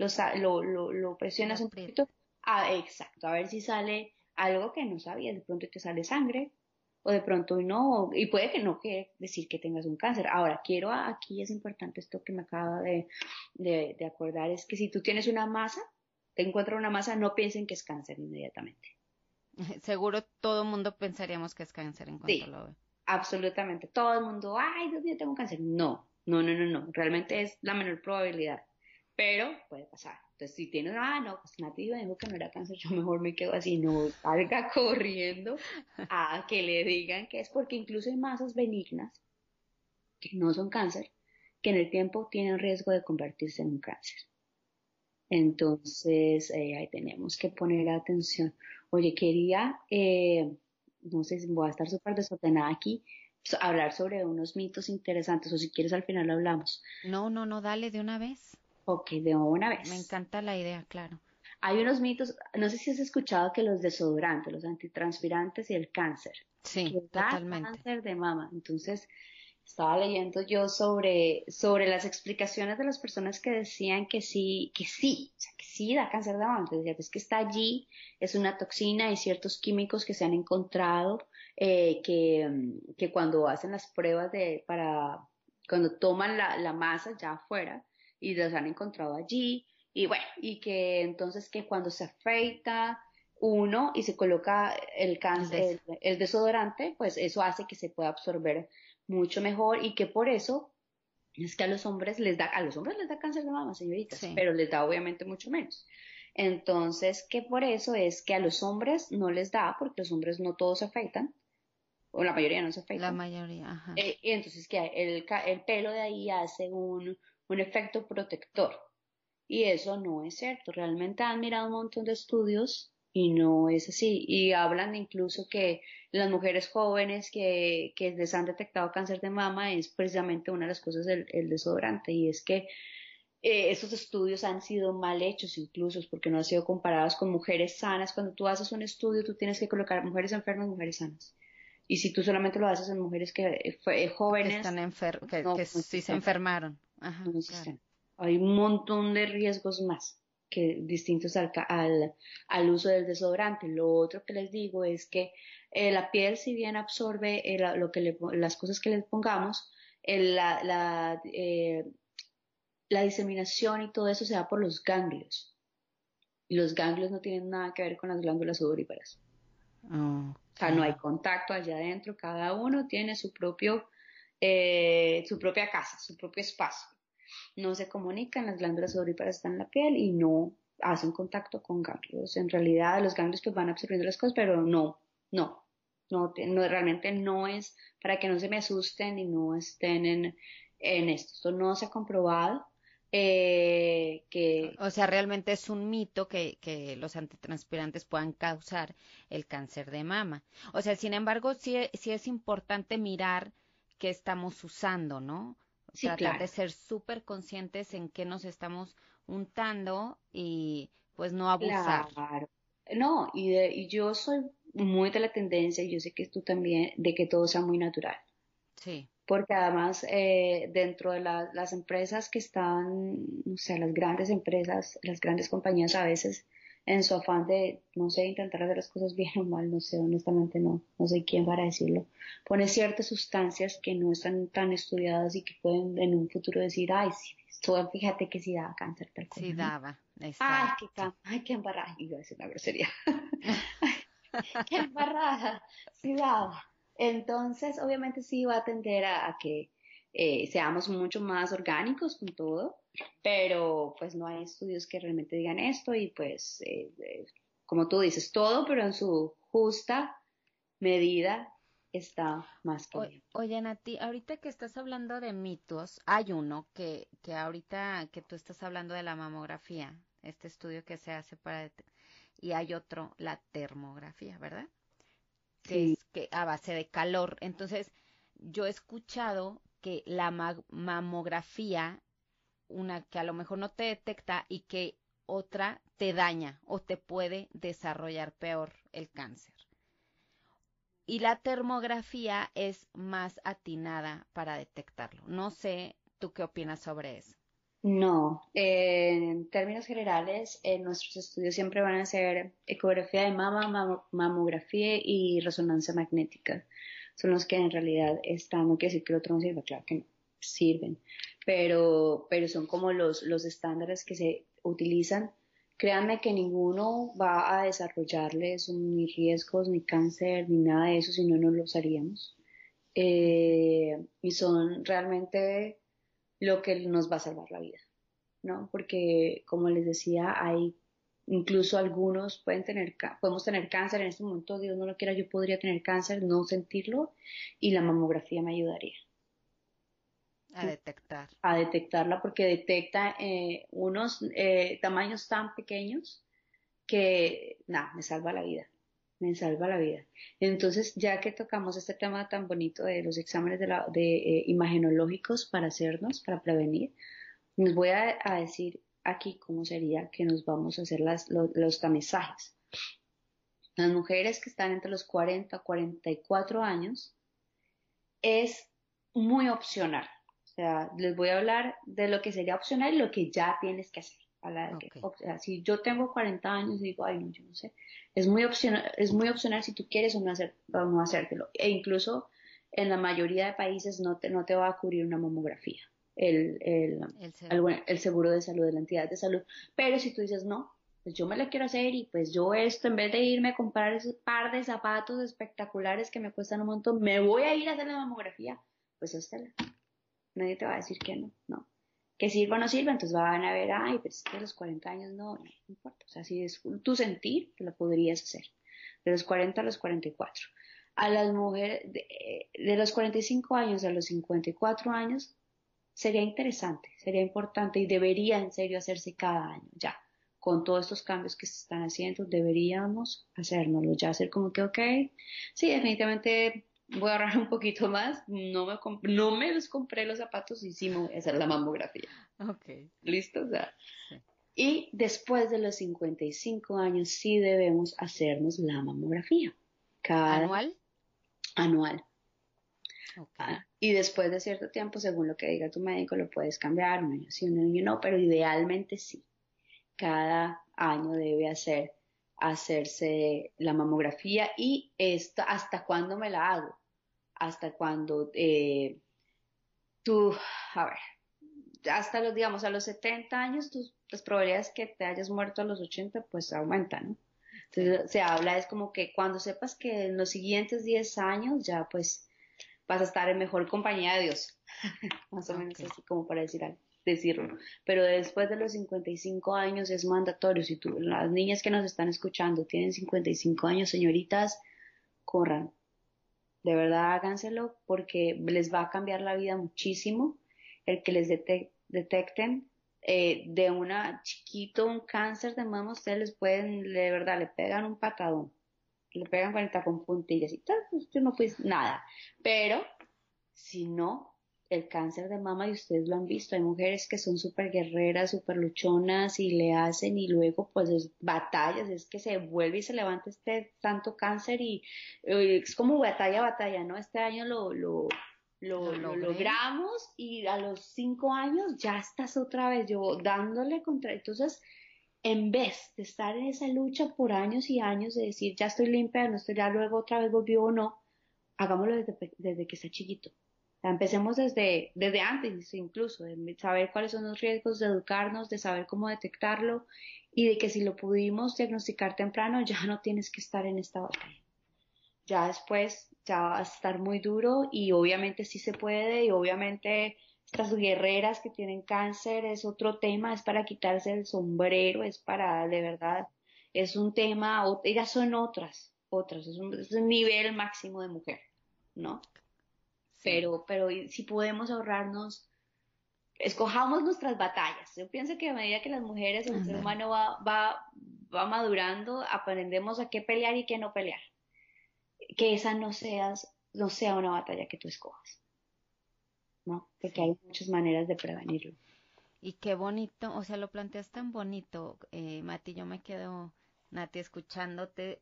Lo Lo presionas un aprieta. poquito. Exacto, a ver si sale algo que no sabías, de pronto te sale sangre, o de pronto no, y puede que no quiere decir que tengas un cáncer. Ahora, aquí es importante esto que me acaba de acordar, es que si tú tienes una masa, te encuentras una masa, no piensen que es cáncer inmediatamente. Seguro todo el mundo pensaríamos que es cáncer en cuanto Sí, lo ve. absolutamente. Todo el mundo, ay, Dios mío, tengo cáncer. No, no, no, no, no. Realmente es la menor probabilidad. Pero puede pasar. Entonces, si tienes, no, pues Nati me dijo que no era cáncer, yo mejor me quedo así, no salga corriendo a que le digan que es porque incluso hay masas benignas que no son cáncer, que en el tiempo tienen riesgo de convertirse en un cáncer. Entonces, ahí tenemos que poner atención. Oye, no sé si voy a estar súper desordenada aquí, hablar sobre unos mitos interesantes, o si quieres al final hablamos. No, no, no, dale de una vez. Ok, de una Me vez. encanta la idea, claro. Hay unos mitos, no sé si has escuchado que los desodorantes, los antitranspirantes y el cáncer, Sí, que da totalmente. cáncer de mama. Entonces, estaba leyendo yo sobre las explicaciones de las personas que decían que sí, o sea, que sí da cáncer de mama. Entonces decía, pues que está allí, es una toxina, hay ciertos químicos que se han encontrado, que cuando hacen las pruebas cuando toman la masa ya afuera y los han encontrado allí, y bueno, y que entonces que cuando se afeita uno y se coloca El des. el desodorante, pues eso hace que se pueda absorber mucho mejor y que por eso es que a los hombres les da cáncer de mama, señoritas, Sí, pero les da obviamente mucho menos. Entonces, que por eso es que a los hombres no les da, porque los hombres no todos se afeitan, o la mayoría no se la afeitan. mayoría, ajá. Y entonces que el pelo de ahí hace un efecto protector. Y eso no es cierto. Realmente han mirado un montón de estudios y no es así. Y hablan incluso que las mujeres jóvenes que les han detectado cáncer de mama es precisamente una de las cosas el desodorante. Y es que esos estudios han sido mal hechos incluso porque no han sido comparados con mujeres sanas. Cuando tú haces un estudio, tú tienes que colocar mujeres enfermas, mujeres sanas. Y si tú solamente lo haces en mujeres Que están jóvenes, enfermos, no, que no sí se existen, enfermaron. no Ajá, claro. existen. Hay un montón de riesgos más que distintos al uso del desodorante. Lo otro que les digo es que la piel, si bien absorbe las cosas que le pongamos, el- la, la, eh, la diseminación y todo eso se da por los ganglios. Y los ganglios no tienen nada que ver con las glándulas sudoríparas. O Ok. sea, no hay contacto allá adentro, cada uno tiene su propia casa, su propio espacio. No se comunican, las glándulas sudoríparas están en la piel y no hacen contacto con ganglios. En realidad, los ganglios pues van absorbiendo las cosas, pero no, realmente no es para que no se me asusten y no estén en esto. Esto no se ha comprobado que O sea, realmente es un mito que los antitranspirantes puedan causar el cáncer de mama. O sea, sin embargo, sí es importante mirar qué estamos usando, ¿no? sí, Tratar de claro, ser súper conscientes en qué nos estamos untando y pues no abusar. claro. No, y yo soy muy de la tendencia, y yo sé que tú también, de que todo sea muy natural. Sí, Porque además dentro de las empresas que están, o sea, las grandes empresas, las grandes compañías a veces en su afán de, no sé, intentar hacer las cosas bien o mal, no sé, honestamente no sé quién para decirlo, pone ciertas sustancias que no están tan estudiadas y que pueden en un futuro decir, ay, sí, esto, fíjate que sí da cáncer tal cosa, sí ¿no? daba, Ay, exacto. ay, qué embarrada, iba a decir una grosería. Qué embarrada, sí daba. Entonces, obviamente sí va a tender a que seamos mucho más orgánicos con todo, pero pues no hay estudios que realmente digan esto y pues, como tú dices, todo, pero en su justa medida está más que bien. Oye, Nati, ahorita que estás hablando de mitos, hay uno que ahorita que tú estás hablando de la mamografía, este estudio que se hace y hay otro, la termografía, ¿verdad? Que Sí, es que a base de calor. Entonces, yo he escuchado que la mamografía, una que a lo mejor no te detecta y que otra te daña o te puede desarrollar peor el cáncer. Y la termografía es más atinada para detectarlo. No sé, ¿tú qué opinas sobre eso? no, en términos generales, nuestros estudios siempre van a ser ecografía de mama, mamografía y resonancia magnética. Son los que en realidad están, no quiere decir que el otro no sirva, claro que no, sirven, pero son como los estándares que se utilizan. Créanme que ninguno va a desarrollarles ni riesgos, ni cáncer, ni nada de eso, si no, no los haríamos. Y son realmente lo que nos va a salvar la vida, ¿no? Porque, como les decía, hay incluso algunos podemos tener cáncer en este momento, Dios no lo quiera, yo podría tener cáncer, no sentirlo, y la mamografía me ayudaría A detectar. a detectarla porque detecta unos tamaños tan pequeños que, nada, me salva la vida. Me salva la vida. Entonces, ya que tocamos este tema tan bonito de los exámenes imagenológicos para hacernos, para prevenir, les voy a decir aquí cómo sería que nos vamos a hacer los tamizajes. Las mujeres que están entre los 40 y 44 años es muy opcional. O sea, les voy a hablar de lo que sería opcional y lo que ya tienes que hacer. Ok. O sea, si yo tengo 40 años y digo, ay, no, yo no sé, es muy opcional si tú quieres o no hacértelo. E incluso en la mayoría de países no te va a cubrir una mamografía, el, el, El seguro. el seguro de salud de la entidad de salud. Pero si tú dices, no, pues yo me la quiero hacer y pues yo esto, en vez de irme a comprar ese par de zapatos espectaculares que me cuestan un montón, me voy a ir a hacer la mamografía, pues hazla. Nadie te va a decir que no, no. Que sirva o no sirva, entonces van a ver, ay, pues es que a los 40 años no importa. O sea, si es tu sentir, te lo podrías hacer. De los 40 a los 44. A las mujeres, de los 45 años a los 54 años, sería interesante, sería importante y debería en serio hacerse cada año, ya. Con todos estos cambios que se están haciendo, deberíamos hacérnoslo, ya hacer como que, ok, sí, definitivamente voy a ahorrar un poquito más, no me los compré los zapatos y sí me voy a hacer la mamografía. Ok. ¿Listo? O sea, Sí. y después de los 55 años sí debemos hacernos la mamografía, cada ¿Anual? anual. Ok. Y después de cierto tiempo, según lo que diga tu médico, lo puedes cambiar, un año sí, un año no, pero idealmente sí. Cada año debe hacerse la mamografía y esto, ¿hasta cuándo me la hago? Hasta cuando tú, a ver, hasta los, digamos, a los 70 años, las probabilidades que te hayas muerto a los 80, pues aumentan, ¿no? Sí. Entonces se habla, es como que cuando sepas que en los siguientes 10 años ya pues vas a estar en mejor compañía de Dios, más o Ok. menos así como para decirlo. Pero después de los 55 años es mandatorio. Si las niñas que nos están escuchando tienen 55 años, señoritas, corran, De verdad háganselo porque les va a cambiar la vida muchísimo el que les detecten de una chiquito un cáncer de mama. Ustedes les pueden, de verdad, le pegan un patadón, le pegan con puntillas y tal, usted no pues nada. Pero si no, el cáncer de mama, y ustedes lo han visto, hay mujeres que son súper guerreras, súper luchonas y le hacen y luego pues es batallas, es que se vuelve y se levanta este tanto cáncer y es como batalla, ¿no? Este año Lo lo logré. logramos y a los 5 años ya estás otra vez yo dándole contra. Entonces, en vez de estar en esa lucha por años y años de decir ya estoy limpia, no estoy, ya luego otra vez volvió o no, hagámoslo desde que está chiquito. O sea, empecemos desde antes incluso, de saber cuáles son los riesgos, de educarnos, de saber cómo detectarlo y de que si lo pudimos diagnosticar temprano ya no tienes que estar en esta batalla. Ya después ya va a estar muy duro y obviamente sí se puede y obviamente estas guerreras que tienen cáncer es otro tema, es para quitarse el sombrero, es para, de verdad, es un tema, ellas son otras, es un nivel máximo de mujer, ¿no? Sí. Pero si podemos ahorrarnos, escojamos nuestras batallas. Yo pienso que a medida que las mujeres o el ser Ándale. humano va madurando, aprendemos a qué pelear y qué no pelear. Que esa no sea una batalla que tú escojas, ¿no? Porque Sí. hay muchas maneras de prevenirlo. Y qué bonito, o sea, lo planteas tan bonito, Mati, yo me quedo, Nati, escuchándote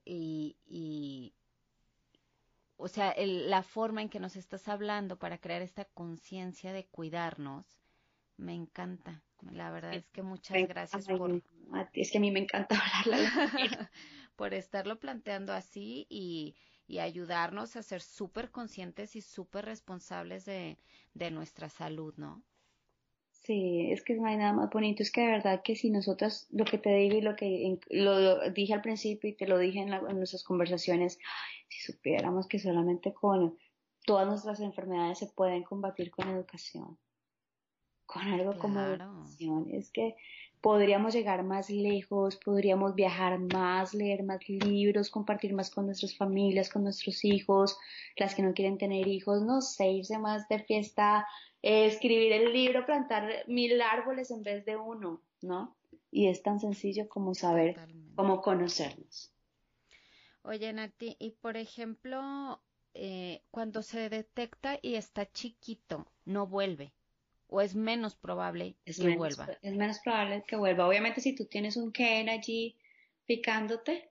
o sea, la forma en que nos estás hablando para crear esta conciencia de cuidarnos, me encanta. La verdad es que muchas gracias Ay, es que a mí me encanta hablarle a las mujeres. por estarlo planteando así y ayudarnos a ser súper conscientes y súper responsables de nuestra salud, ¿no? Sí, es que no hay nada más bonito. Es que de verdad que si nosotras, lo que te digo y lo que lo dije al principio y te lo dije en nuestras conversaciones, ay, si supiéramos que solamente con todas nuestras enfermedades se pueden combatir con educación, con algo como Claro. educación. Es que podríamos llegar más lejos, podríamos viajar más, leer más libros, compartir más con nuestras familias, con nuestros hijos, las que no quieren tener hijos, no sé, irse más de fiesta, escribir el libro, plantar 1000 árboles en vez de uno, ¿no? Y es tan sencillo como saber Totalmente. cómo conocernos. Oye, Nati, y por ejemplo, cuando se detecta y está chiquito, no vuelve, o es menos probable que vuelva. Es menos probable que vuelva. Obviamente, si tú tienes un Ken allí picándote,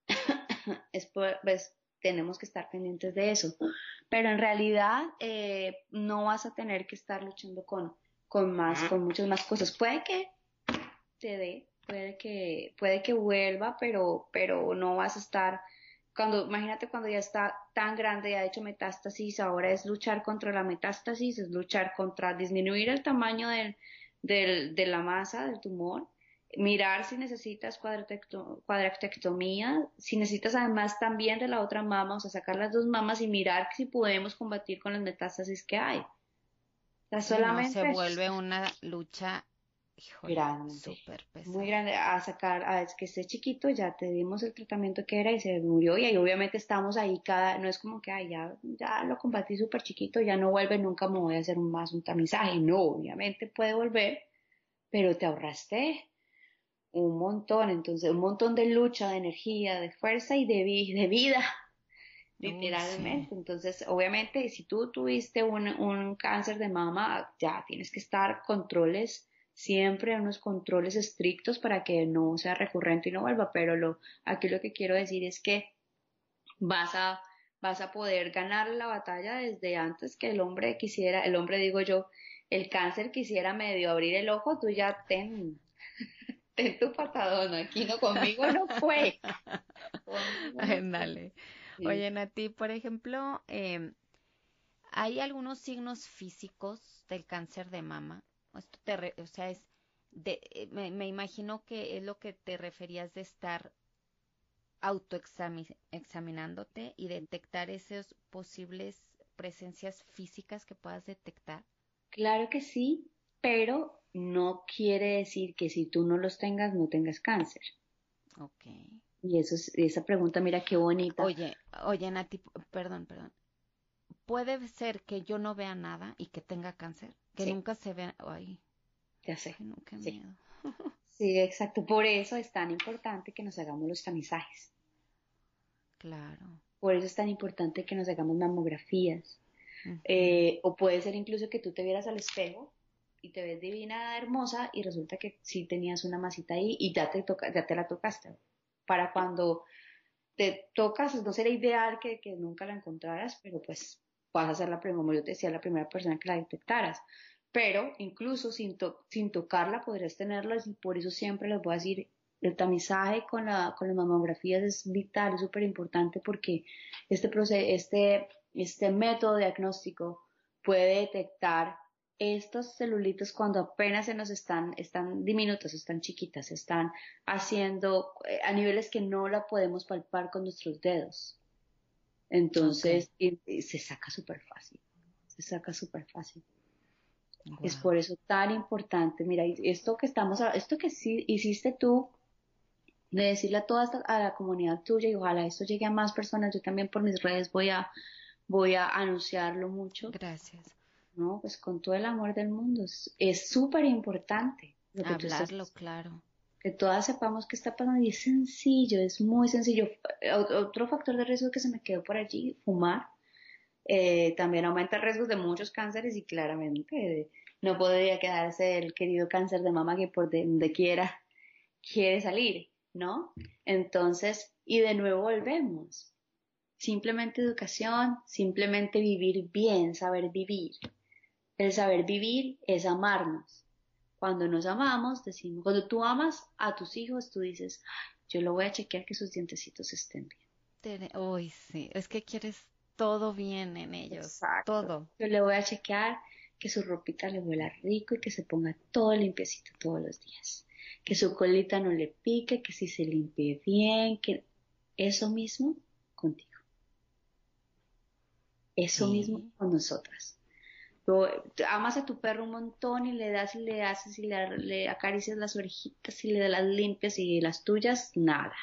pues tenemos que estar pendientes de eso. Pero en realidad no vas a tener que estar luchando con muchas más cosas. Puede que te dé, puede que vuelva, pero no vas a estar, imagínate cuando ya está tan grande, ya ha hecho metástasis, ahora es luchar contra la metástasis, es luchar contra disminuir el tamaño de la masa del tumor, mirar si necesitas cuadratectomía, si necesitas además también de la otra mama, o sea, sacar las dos mamas y mirar si podemos combatir con las metástasis que hay. O sea, Sí, no, se solamente vuelve una lucha, híjole, grande, súper muy pesada. grande, a sacar, a es que esté chiquito, ya te dimos el tratamiento que era y se murió y ahí obviamente estamos ahí no es como que, ay, ya lo combatí súper chiquito, ya no vuelve, nunca me voy a hacer más un tamizaje, no, obviamente puede volver, pero te ahorraste un montón, entonces un montón de lucha, de energía, de fuerza y de vida, Uy, sí. literalmente. Entonces, obviamente, si tú tuviste un cáncer de mama, ya tienes que estar controles, siempre unos controles estrictos para que no sea recurrente y no vuelva. Pero aquí lo que quiero decir es que vas a, vas a poder ganar la batalla desde antes que el hombre quisiera, el hombre digo yo, el cáncer quisiera medio abrir el ojo, tú ya ten tu patadón, aquí no, conmigo no fue, conmigo no fue. Ándale. Sí. Oye, Nati, por ejemplo, ¿hay algunos signos físicos del cáncer de mama? O sea, me imagino que es lo que te referías de estar autoexaminándote y detectar esas posibles presencias físicas que puedas detectar. Claro que sí, pero no quiere decir que si tú no los tengas, no tengas cáncer. Ok. Y esa pregunta, mira qué bonita. Oye, Nati, perdón. puede ser que yo no vea nada y que tenga cáncer, que Sí, nunca se vea, ay, ya sé. ay, no, qué Sí, miedo. sí, exacto. Por eso es tan importante que nos hagamos los tamizajes. Claro. Por eso es tan importante que nos hagamos mamografías. Ujú. O puede ser incluso que tú te vieras al espejo y te ves divina, hermosa, y resulta que sí tenías una masita ahí y ya te la tocaste. Para cuando te tocas, no será ideal que nunca la encontraras, pero pues vas a ser como yo te decía, la primera persona que la detectaras. Pero incluso sin tocarla podrías tenerla y por eso siempre les voy a decir, el tamizaje con las mamografías es vital, es súper importante porque este método diagnóstico puede detectar estos celulitos cuando apenas están diminutas, están chiquitas, están haciendo a niveles que no la podemos palpar con nuestros dedos. Ok, Entonces, y se saca súper fácil, se saca súper fácil. Es wow. por eso tan importante, mira, y esto que sí hiciste tú, de decirle a a la comunidad tuya, y ojalá esto llegue a más personas, yo también por mis redes voy a anunciarlo mucho, Gracias. ¿no? Pues con todo el amor del mundo, es súper importante lo que tú estás Hablarlo, haciendo. claro. Que todas sepamos qué está pasando y es sencillo, es muy sencillo. Otro factor de riesgo que se me quedó por allí, fumar, también aumenta el riesgo de muchos cánceres y claramente no podría quedarse el querido cáncer de mama que por donde quiera quiere salir, ¿no? Entonces, y de nuevo volvemos. Simplemente educación, simplemente vivir bien, saber vivir. El saber vivir es amarnos. Cuando nos amamos, decimos, cuando tú amas a tus hijos, tú dices, "Ay, yo lo voy a chequear que sus dientecitos estén bien. Uy, sí, es que quieres todo bien en ellos, Exacto. todo. Yo le voy a chequear que su ropita le huela rico y que se ponga todo limpiecito todos los días. Que su colita no le pique, que si se limpie bien, que eso mismo contigo. Eso mismo Sí. con nosotras. Tú amas a tu perro un montón y le das y le haces y le acaricias las orejitas y le las limpias y las tuyas, nada,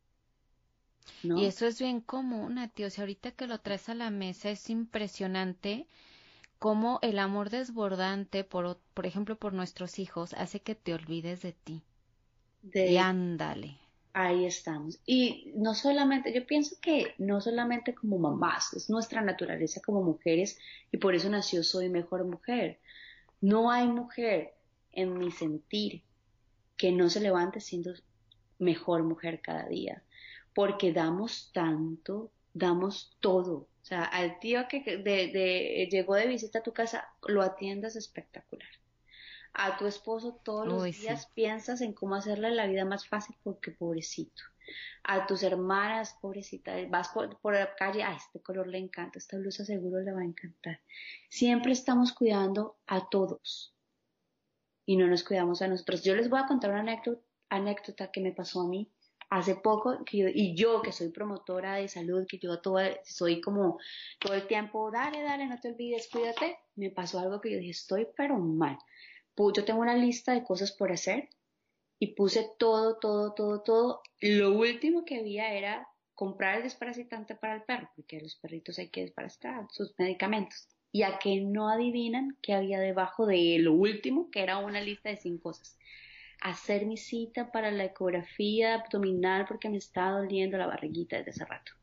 Y ¿no? eso es bien común, a ti. O sea, ahorita que lo traes a la mesa es impresionante cómo el amor desbordante, por ejemplo, por nuestros hijos, hace que te olvides de ti. Y De ándale. ahí estamos. Y no solamente, yo pienso que no solamente como mamás, es nuestra naturaleza como mujeres y por eso nació Soy Mejor Mujer. No hay mujer en mi sentir que no se levante siendo mejor mujer cada día, porque damos tanto, damos todo. O sea, al tío llegó de visita a tu casa, lo atiendas espectacular. A tu esposo todos los Uy, sí. días piensas en cómo hacerle la vida más fácil porque pobrecito. A tus hermanas, pobrecita, vas por la calle, este color le encanta, esta blusa seguro le va a encantar. Siempre estamos cuidando a todos y no nos cuidamos a nosotros. Yo les voy a contar una anécdota que me pasó a mí hace poco, y yo que soy promotora de salud, que yo soy como todo el tiempo, dale, dale, no te olvides, cuídate, me pasó algo que yo dije, estoy pero mal. Yo tengo una lista de cosas por hacer y puse todo, todo, todo, todo. Lo último que había era comprar el desparasitante para el perro, porque a los perritos hay que desparasitar sus medicamentos. Y a que no adivinan qué había debajo de lo último, que era una lista de 100 cosas. Hacer mi cita para la ecografía abdominal porque me estaba doliendo la barriguita desde hace rato.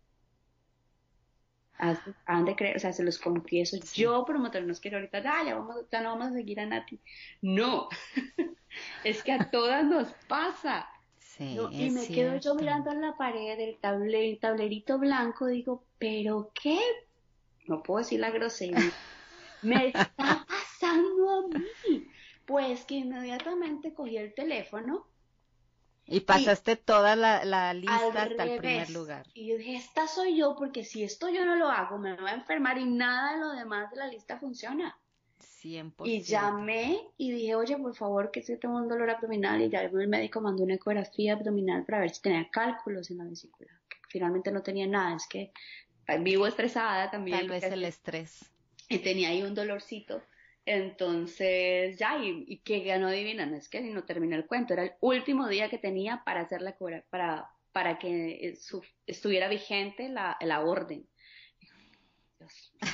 Han de creer, o sea, se los confieso, Sí. yo promotor, no es que ahorita, ya no vamos a seguir a Nati. No, es que a todas nos pasa. Sí, No, y es me quedo yo cierto. mirando en la pared del tablerito blanco, digo, ¿pero qué? No puedo decir la grosería. Me está pasando a mí. Pues que inmediatamente cogí el teléfono Y y pasaste toda la al lista hasta el primer revés. lugar. Y yo dije, esta soy yo, porque si esto yo no lo hago, me voy a enfermar y nada de lo demás de la lista funciona. Y 100%. llamé y dije, oye, por favor, que estoy tengo un dolor abdominal y ya el médico mandó una ecografía abdominal para ver si tenía cálculos en la vesícula. Que finalmente no tenía nada, es que vivo estresada también Tal porque vez el estrés. y tenía ahí un dolorcito. Entonces, ya, y que no adivinan, es que no terminé el cuento, era el último día que tenía para hacer la cobra, para que estuviera vigente la orden. Dios,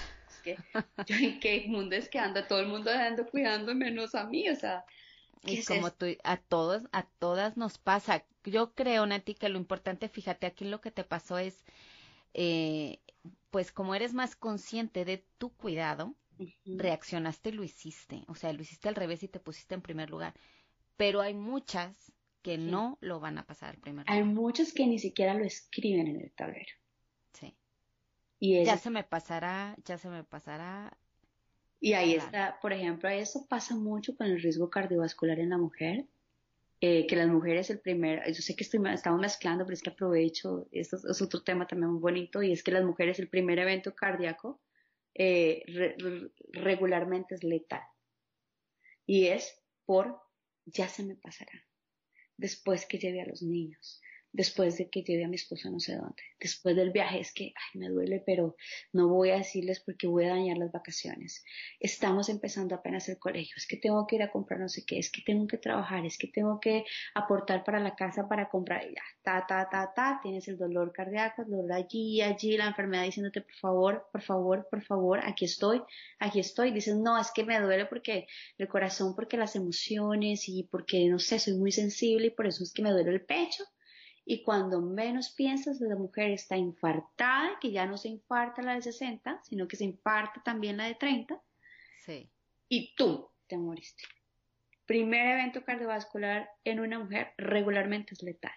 yo en qué mundo es que anda todo el mundo ando cuidando menos a mí, o sea, ¿qué Y es como esto? tú, a todas nos pasa. Yo creo, Nati, que lo importante, fíjate, aquí lo que te pasó es, eh, pues como eres más consciente de tu cuidado, Ujú, reaccionaste y lo hiciste. O sea, lo hiciste al revés y te pusiste en primer lugar. Pero hay muchas que sí. no lo van a pasar al primer Hay lugar. muchos que ni siquiera lo escriben en el tablero. Sí. Y Ya ese, se me pasará, ya se me pasará, y ahí claro. está, por ejemplo, eso pasa mucho con el riesgo cardiovascular en la mujer, que las mujeres el primer, yo sé que estamos mezclando, pero es que aprovecho, esto es otro tema también muy bonito, y es que las mujeres el primer evento cardíaco regularmente es letal, y es por ya se me pasará, después que lleve a los niños, después de que lleve a mi esposo no sé dónde, después del viaje, es que ay, me duele, pero no voy a decirles porque voy a dañar las vacaciones. Estamos empezando apenas el colegio, es que tengo que ir a comprar no sé qué, es que tengo que trabajar, es que tengo que aportar para la casa para comprar, y ya, tienes el dolor cardíaco, el dolor allí, la enfermedad diciéndote, por favor, por favor, por favor, aquí estoy, dices, no, es que me duele porque el corazón, porque las emociones y porque, no sé, soy muy sensible y por eso es que me duele el pecho. Y cuando menos piensas, la mujer está infartada, que ya no se infarta la de 60, sino que se infarta también la de 30, Sí. y tú te moriste. Primer evento cardiovascular en una mujer regularmente es letal.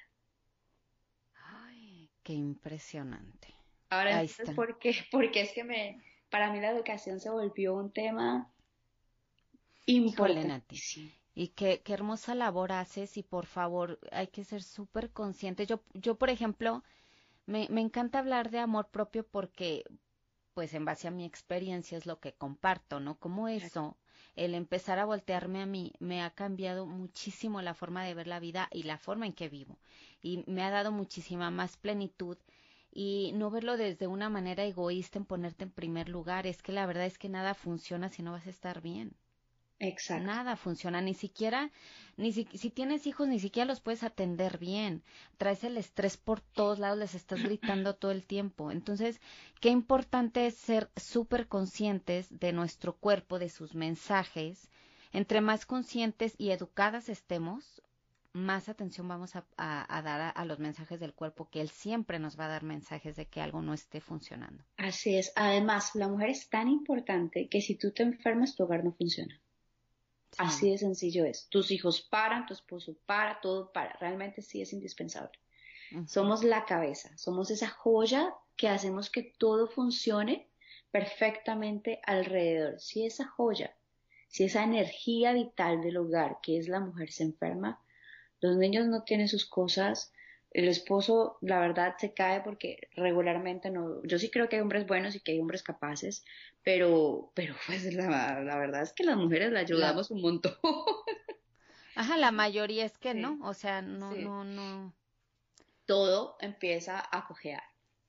Ay, qué impresionante. Ahora Ahí entiendes está. por qué, porque es que para mí la educación se volvió un tema Híjole, Nati. importantísimo. Y qué hermosa labor haces y por favor hay que ser súper consciente. Yo, por ejemplo, me encanta hablar de amor propio porque, pues en base a mi experiencia es lo que comparto, ¿no? Como eso, el empezar a voltearme a mí, me ha cambiado muchísimo la forma de ver la vida y la forma en que vivo. Y me ha dado muchísima más plenitud y no verlo desde una manera egoísta en ponerte en primer lugar. Es que la verdad es que nada funciona si no vas a estar bien. Exacto. Nada funciona, ni siquiera, si tienes hijos, ni siquiera los puedes atender bien. Traes el estrés por todos lados, les estás gritando todo el tiempo. Entonces, qué importante es ser súper conscientes de nuestro cuerpo, de sus mensajes. Entre más conscientes y educadas estemos, más atención vamos a dar a los mensajes del cuerpo, que él siempre nos va a dar mensajes de que algo no esté funcionando. Así es. Además, la mujer es tan importante que si tú te enfermas, tu hogar no funciona. Así Sí. de sencillo es. Tus hijos paran, tu esposo para, todo para. Realmente sí es indispensable. Ujú. Somos la cabeza, somos esa joya que hacemos que todo funcione perfectamente alrededor. Si esa joya, si esa energía vital del hogar, que es la mujer, se enferma, los niños no tienen sus cosas, el esposo, la verdad, se cae porque regularmente no, yo sí creo que hay hombres buenos y que hay hombres capaces, pero pues la verdad es que las mujeres le La, ayudamos un montón. ajá, la mayoría es que no, Sí, o sea, no, sí. no, no. Todo empieza a cojear.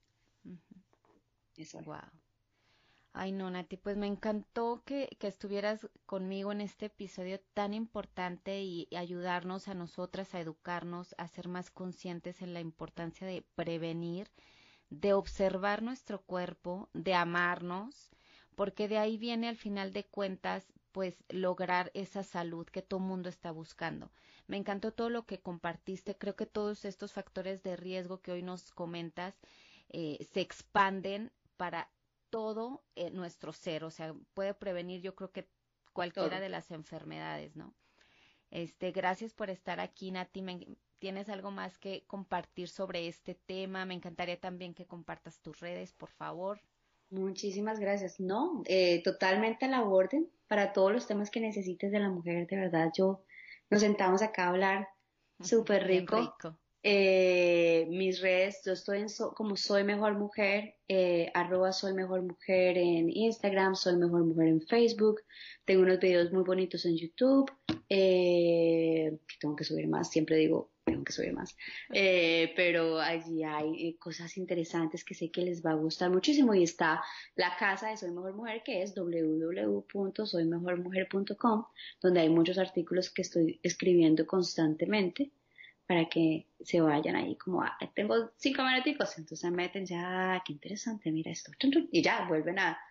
Eso es. Wow. Ay, no, Nati, pues me encantó que estuvieras conmigo en este episodio tan importante y ayudarnos a nosotras a educarnos, a ser más conscientes en la importancia de prevenir, de observar nuestro cuerpo, de amarnos, porque de ahí viene al final de cuentas, pues lograr esa salud que todo mundo está buscando. Me encantó todo lo que compartiste. Creo que todos estos factores de riesgo que hoy nos comentas se expanden para todo nuestro ser, o sea, puede prevenir yo creo que cualquiera Todo. de las enfermedades, ¿no? Gracias por estar aquí, Nati. ¿Tienes algo más que compartir sobre este tema? Me encantaría también que compartas tus redes, por favor. Muchísimas gracias. No, totalmente a la orden para todos los temas que necesites de la mujer, de verdad. Nos sentamos acá a hablar súper Bien rico. rico. Mis redes, yo estoy como Soy Mejor Mujer, arroba Soy Mejor Mujer en Instagram, Soy Mejor Mujer en Facebook. Tengo unos videos muy bonitos en YouTube, que tengo que subir más, siempre digo, tengo que subir más. Pero allí hay cosas interesantes que sé que les va a gustar muchísimo y está la casa de Soy Mejor Mujer que es www.soymejormujer.com, donde hay muchos artículos que estoy escribiendo constantemente para que se vayan ahí como, tengo 5 minuticos, entonces se meten ya, qué interesante, mira esto, tun, tun, y ya vuelven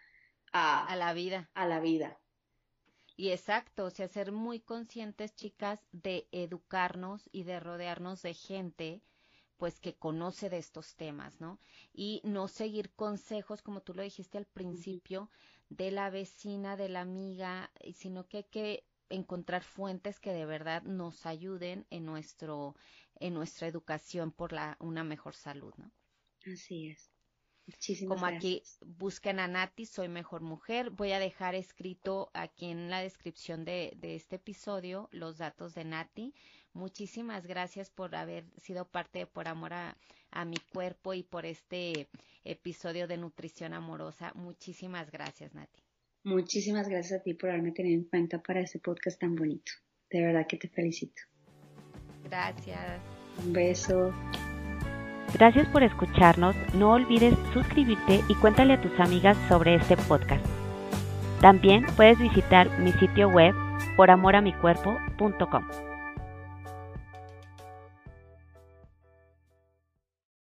a la vida. A la vida. Y exacto, o sea, ser muy conscientes, chicas, de educarnos y de rodearnos de gente pues que conoce de estos temas, ¿no? Y no seguir consejos, como tú lo dijiste al principio, de la vecina, de la amiga, sino que hay que encontrar fuentes que de verdad nos ayuden en nuestra educación por una mejor salud, ¿no? Así es. Muchísimas Como aquí gracias. busquen a Nati, Soy Mejor Mujer. Voy a dejar escrito aquí en la descripción de este episodio los datos de Nati. Muchísimas gracias por haber sido parte de Por Amor a mi Cuerpo y por este episodio de Nutrición Amorosa. Muchísimas gracias, Nati. Muchísimas gracias a ti por haberme tenido en cuenta para este podcast tan bonito. De verdad que te felicito. Gracias. Un beso. Gracias por escucharnos. No olvides suscribirte y cuéntale a tus amigas sobre este podcast. También puedes visitar mi sitio web poramoramicuerpo.com.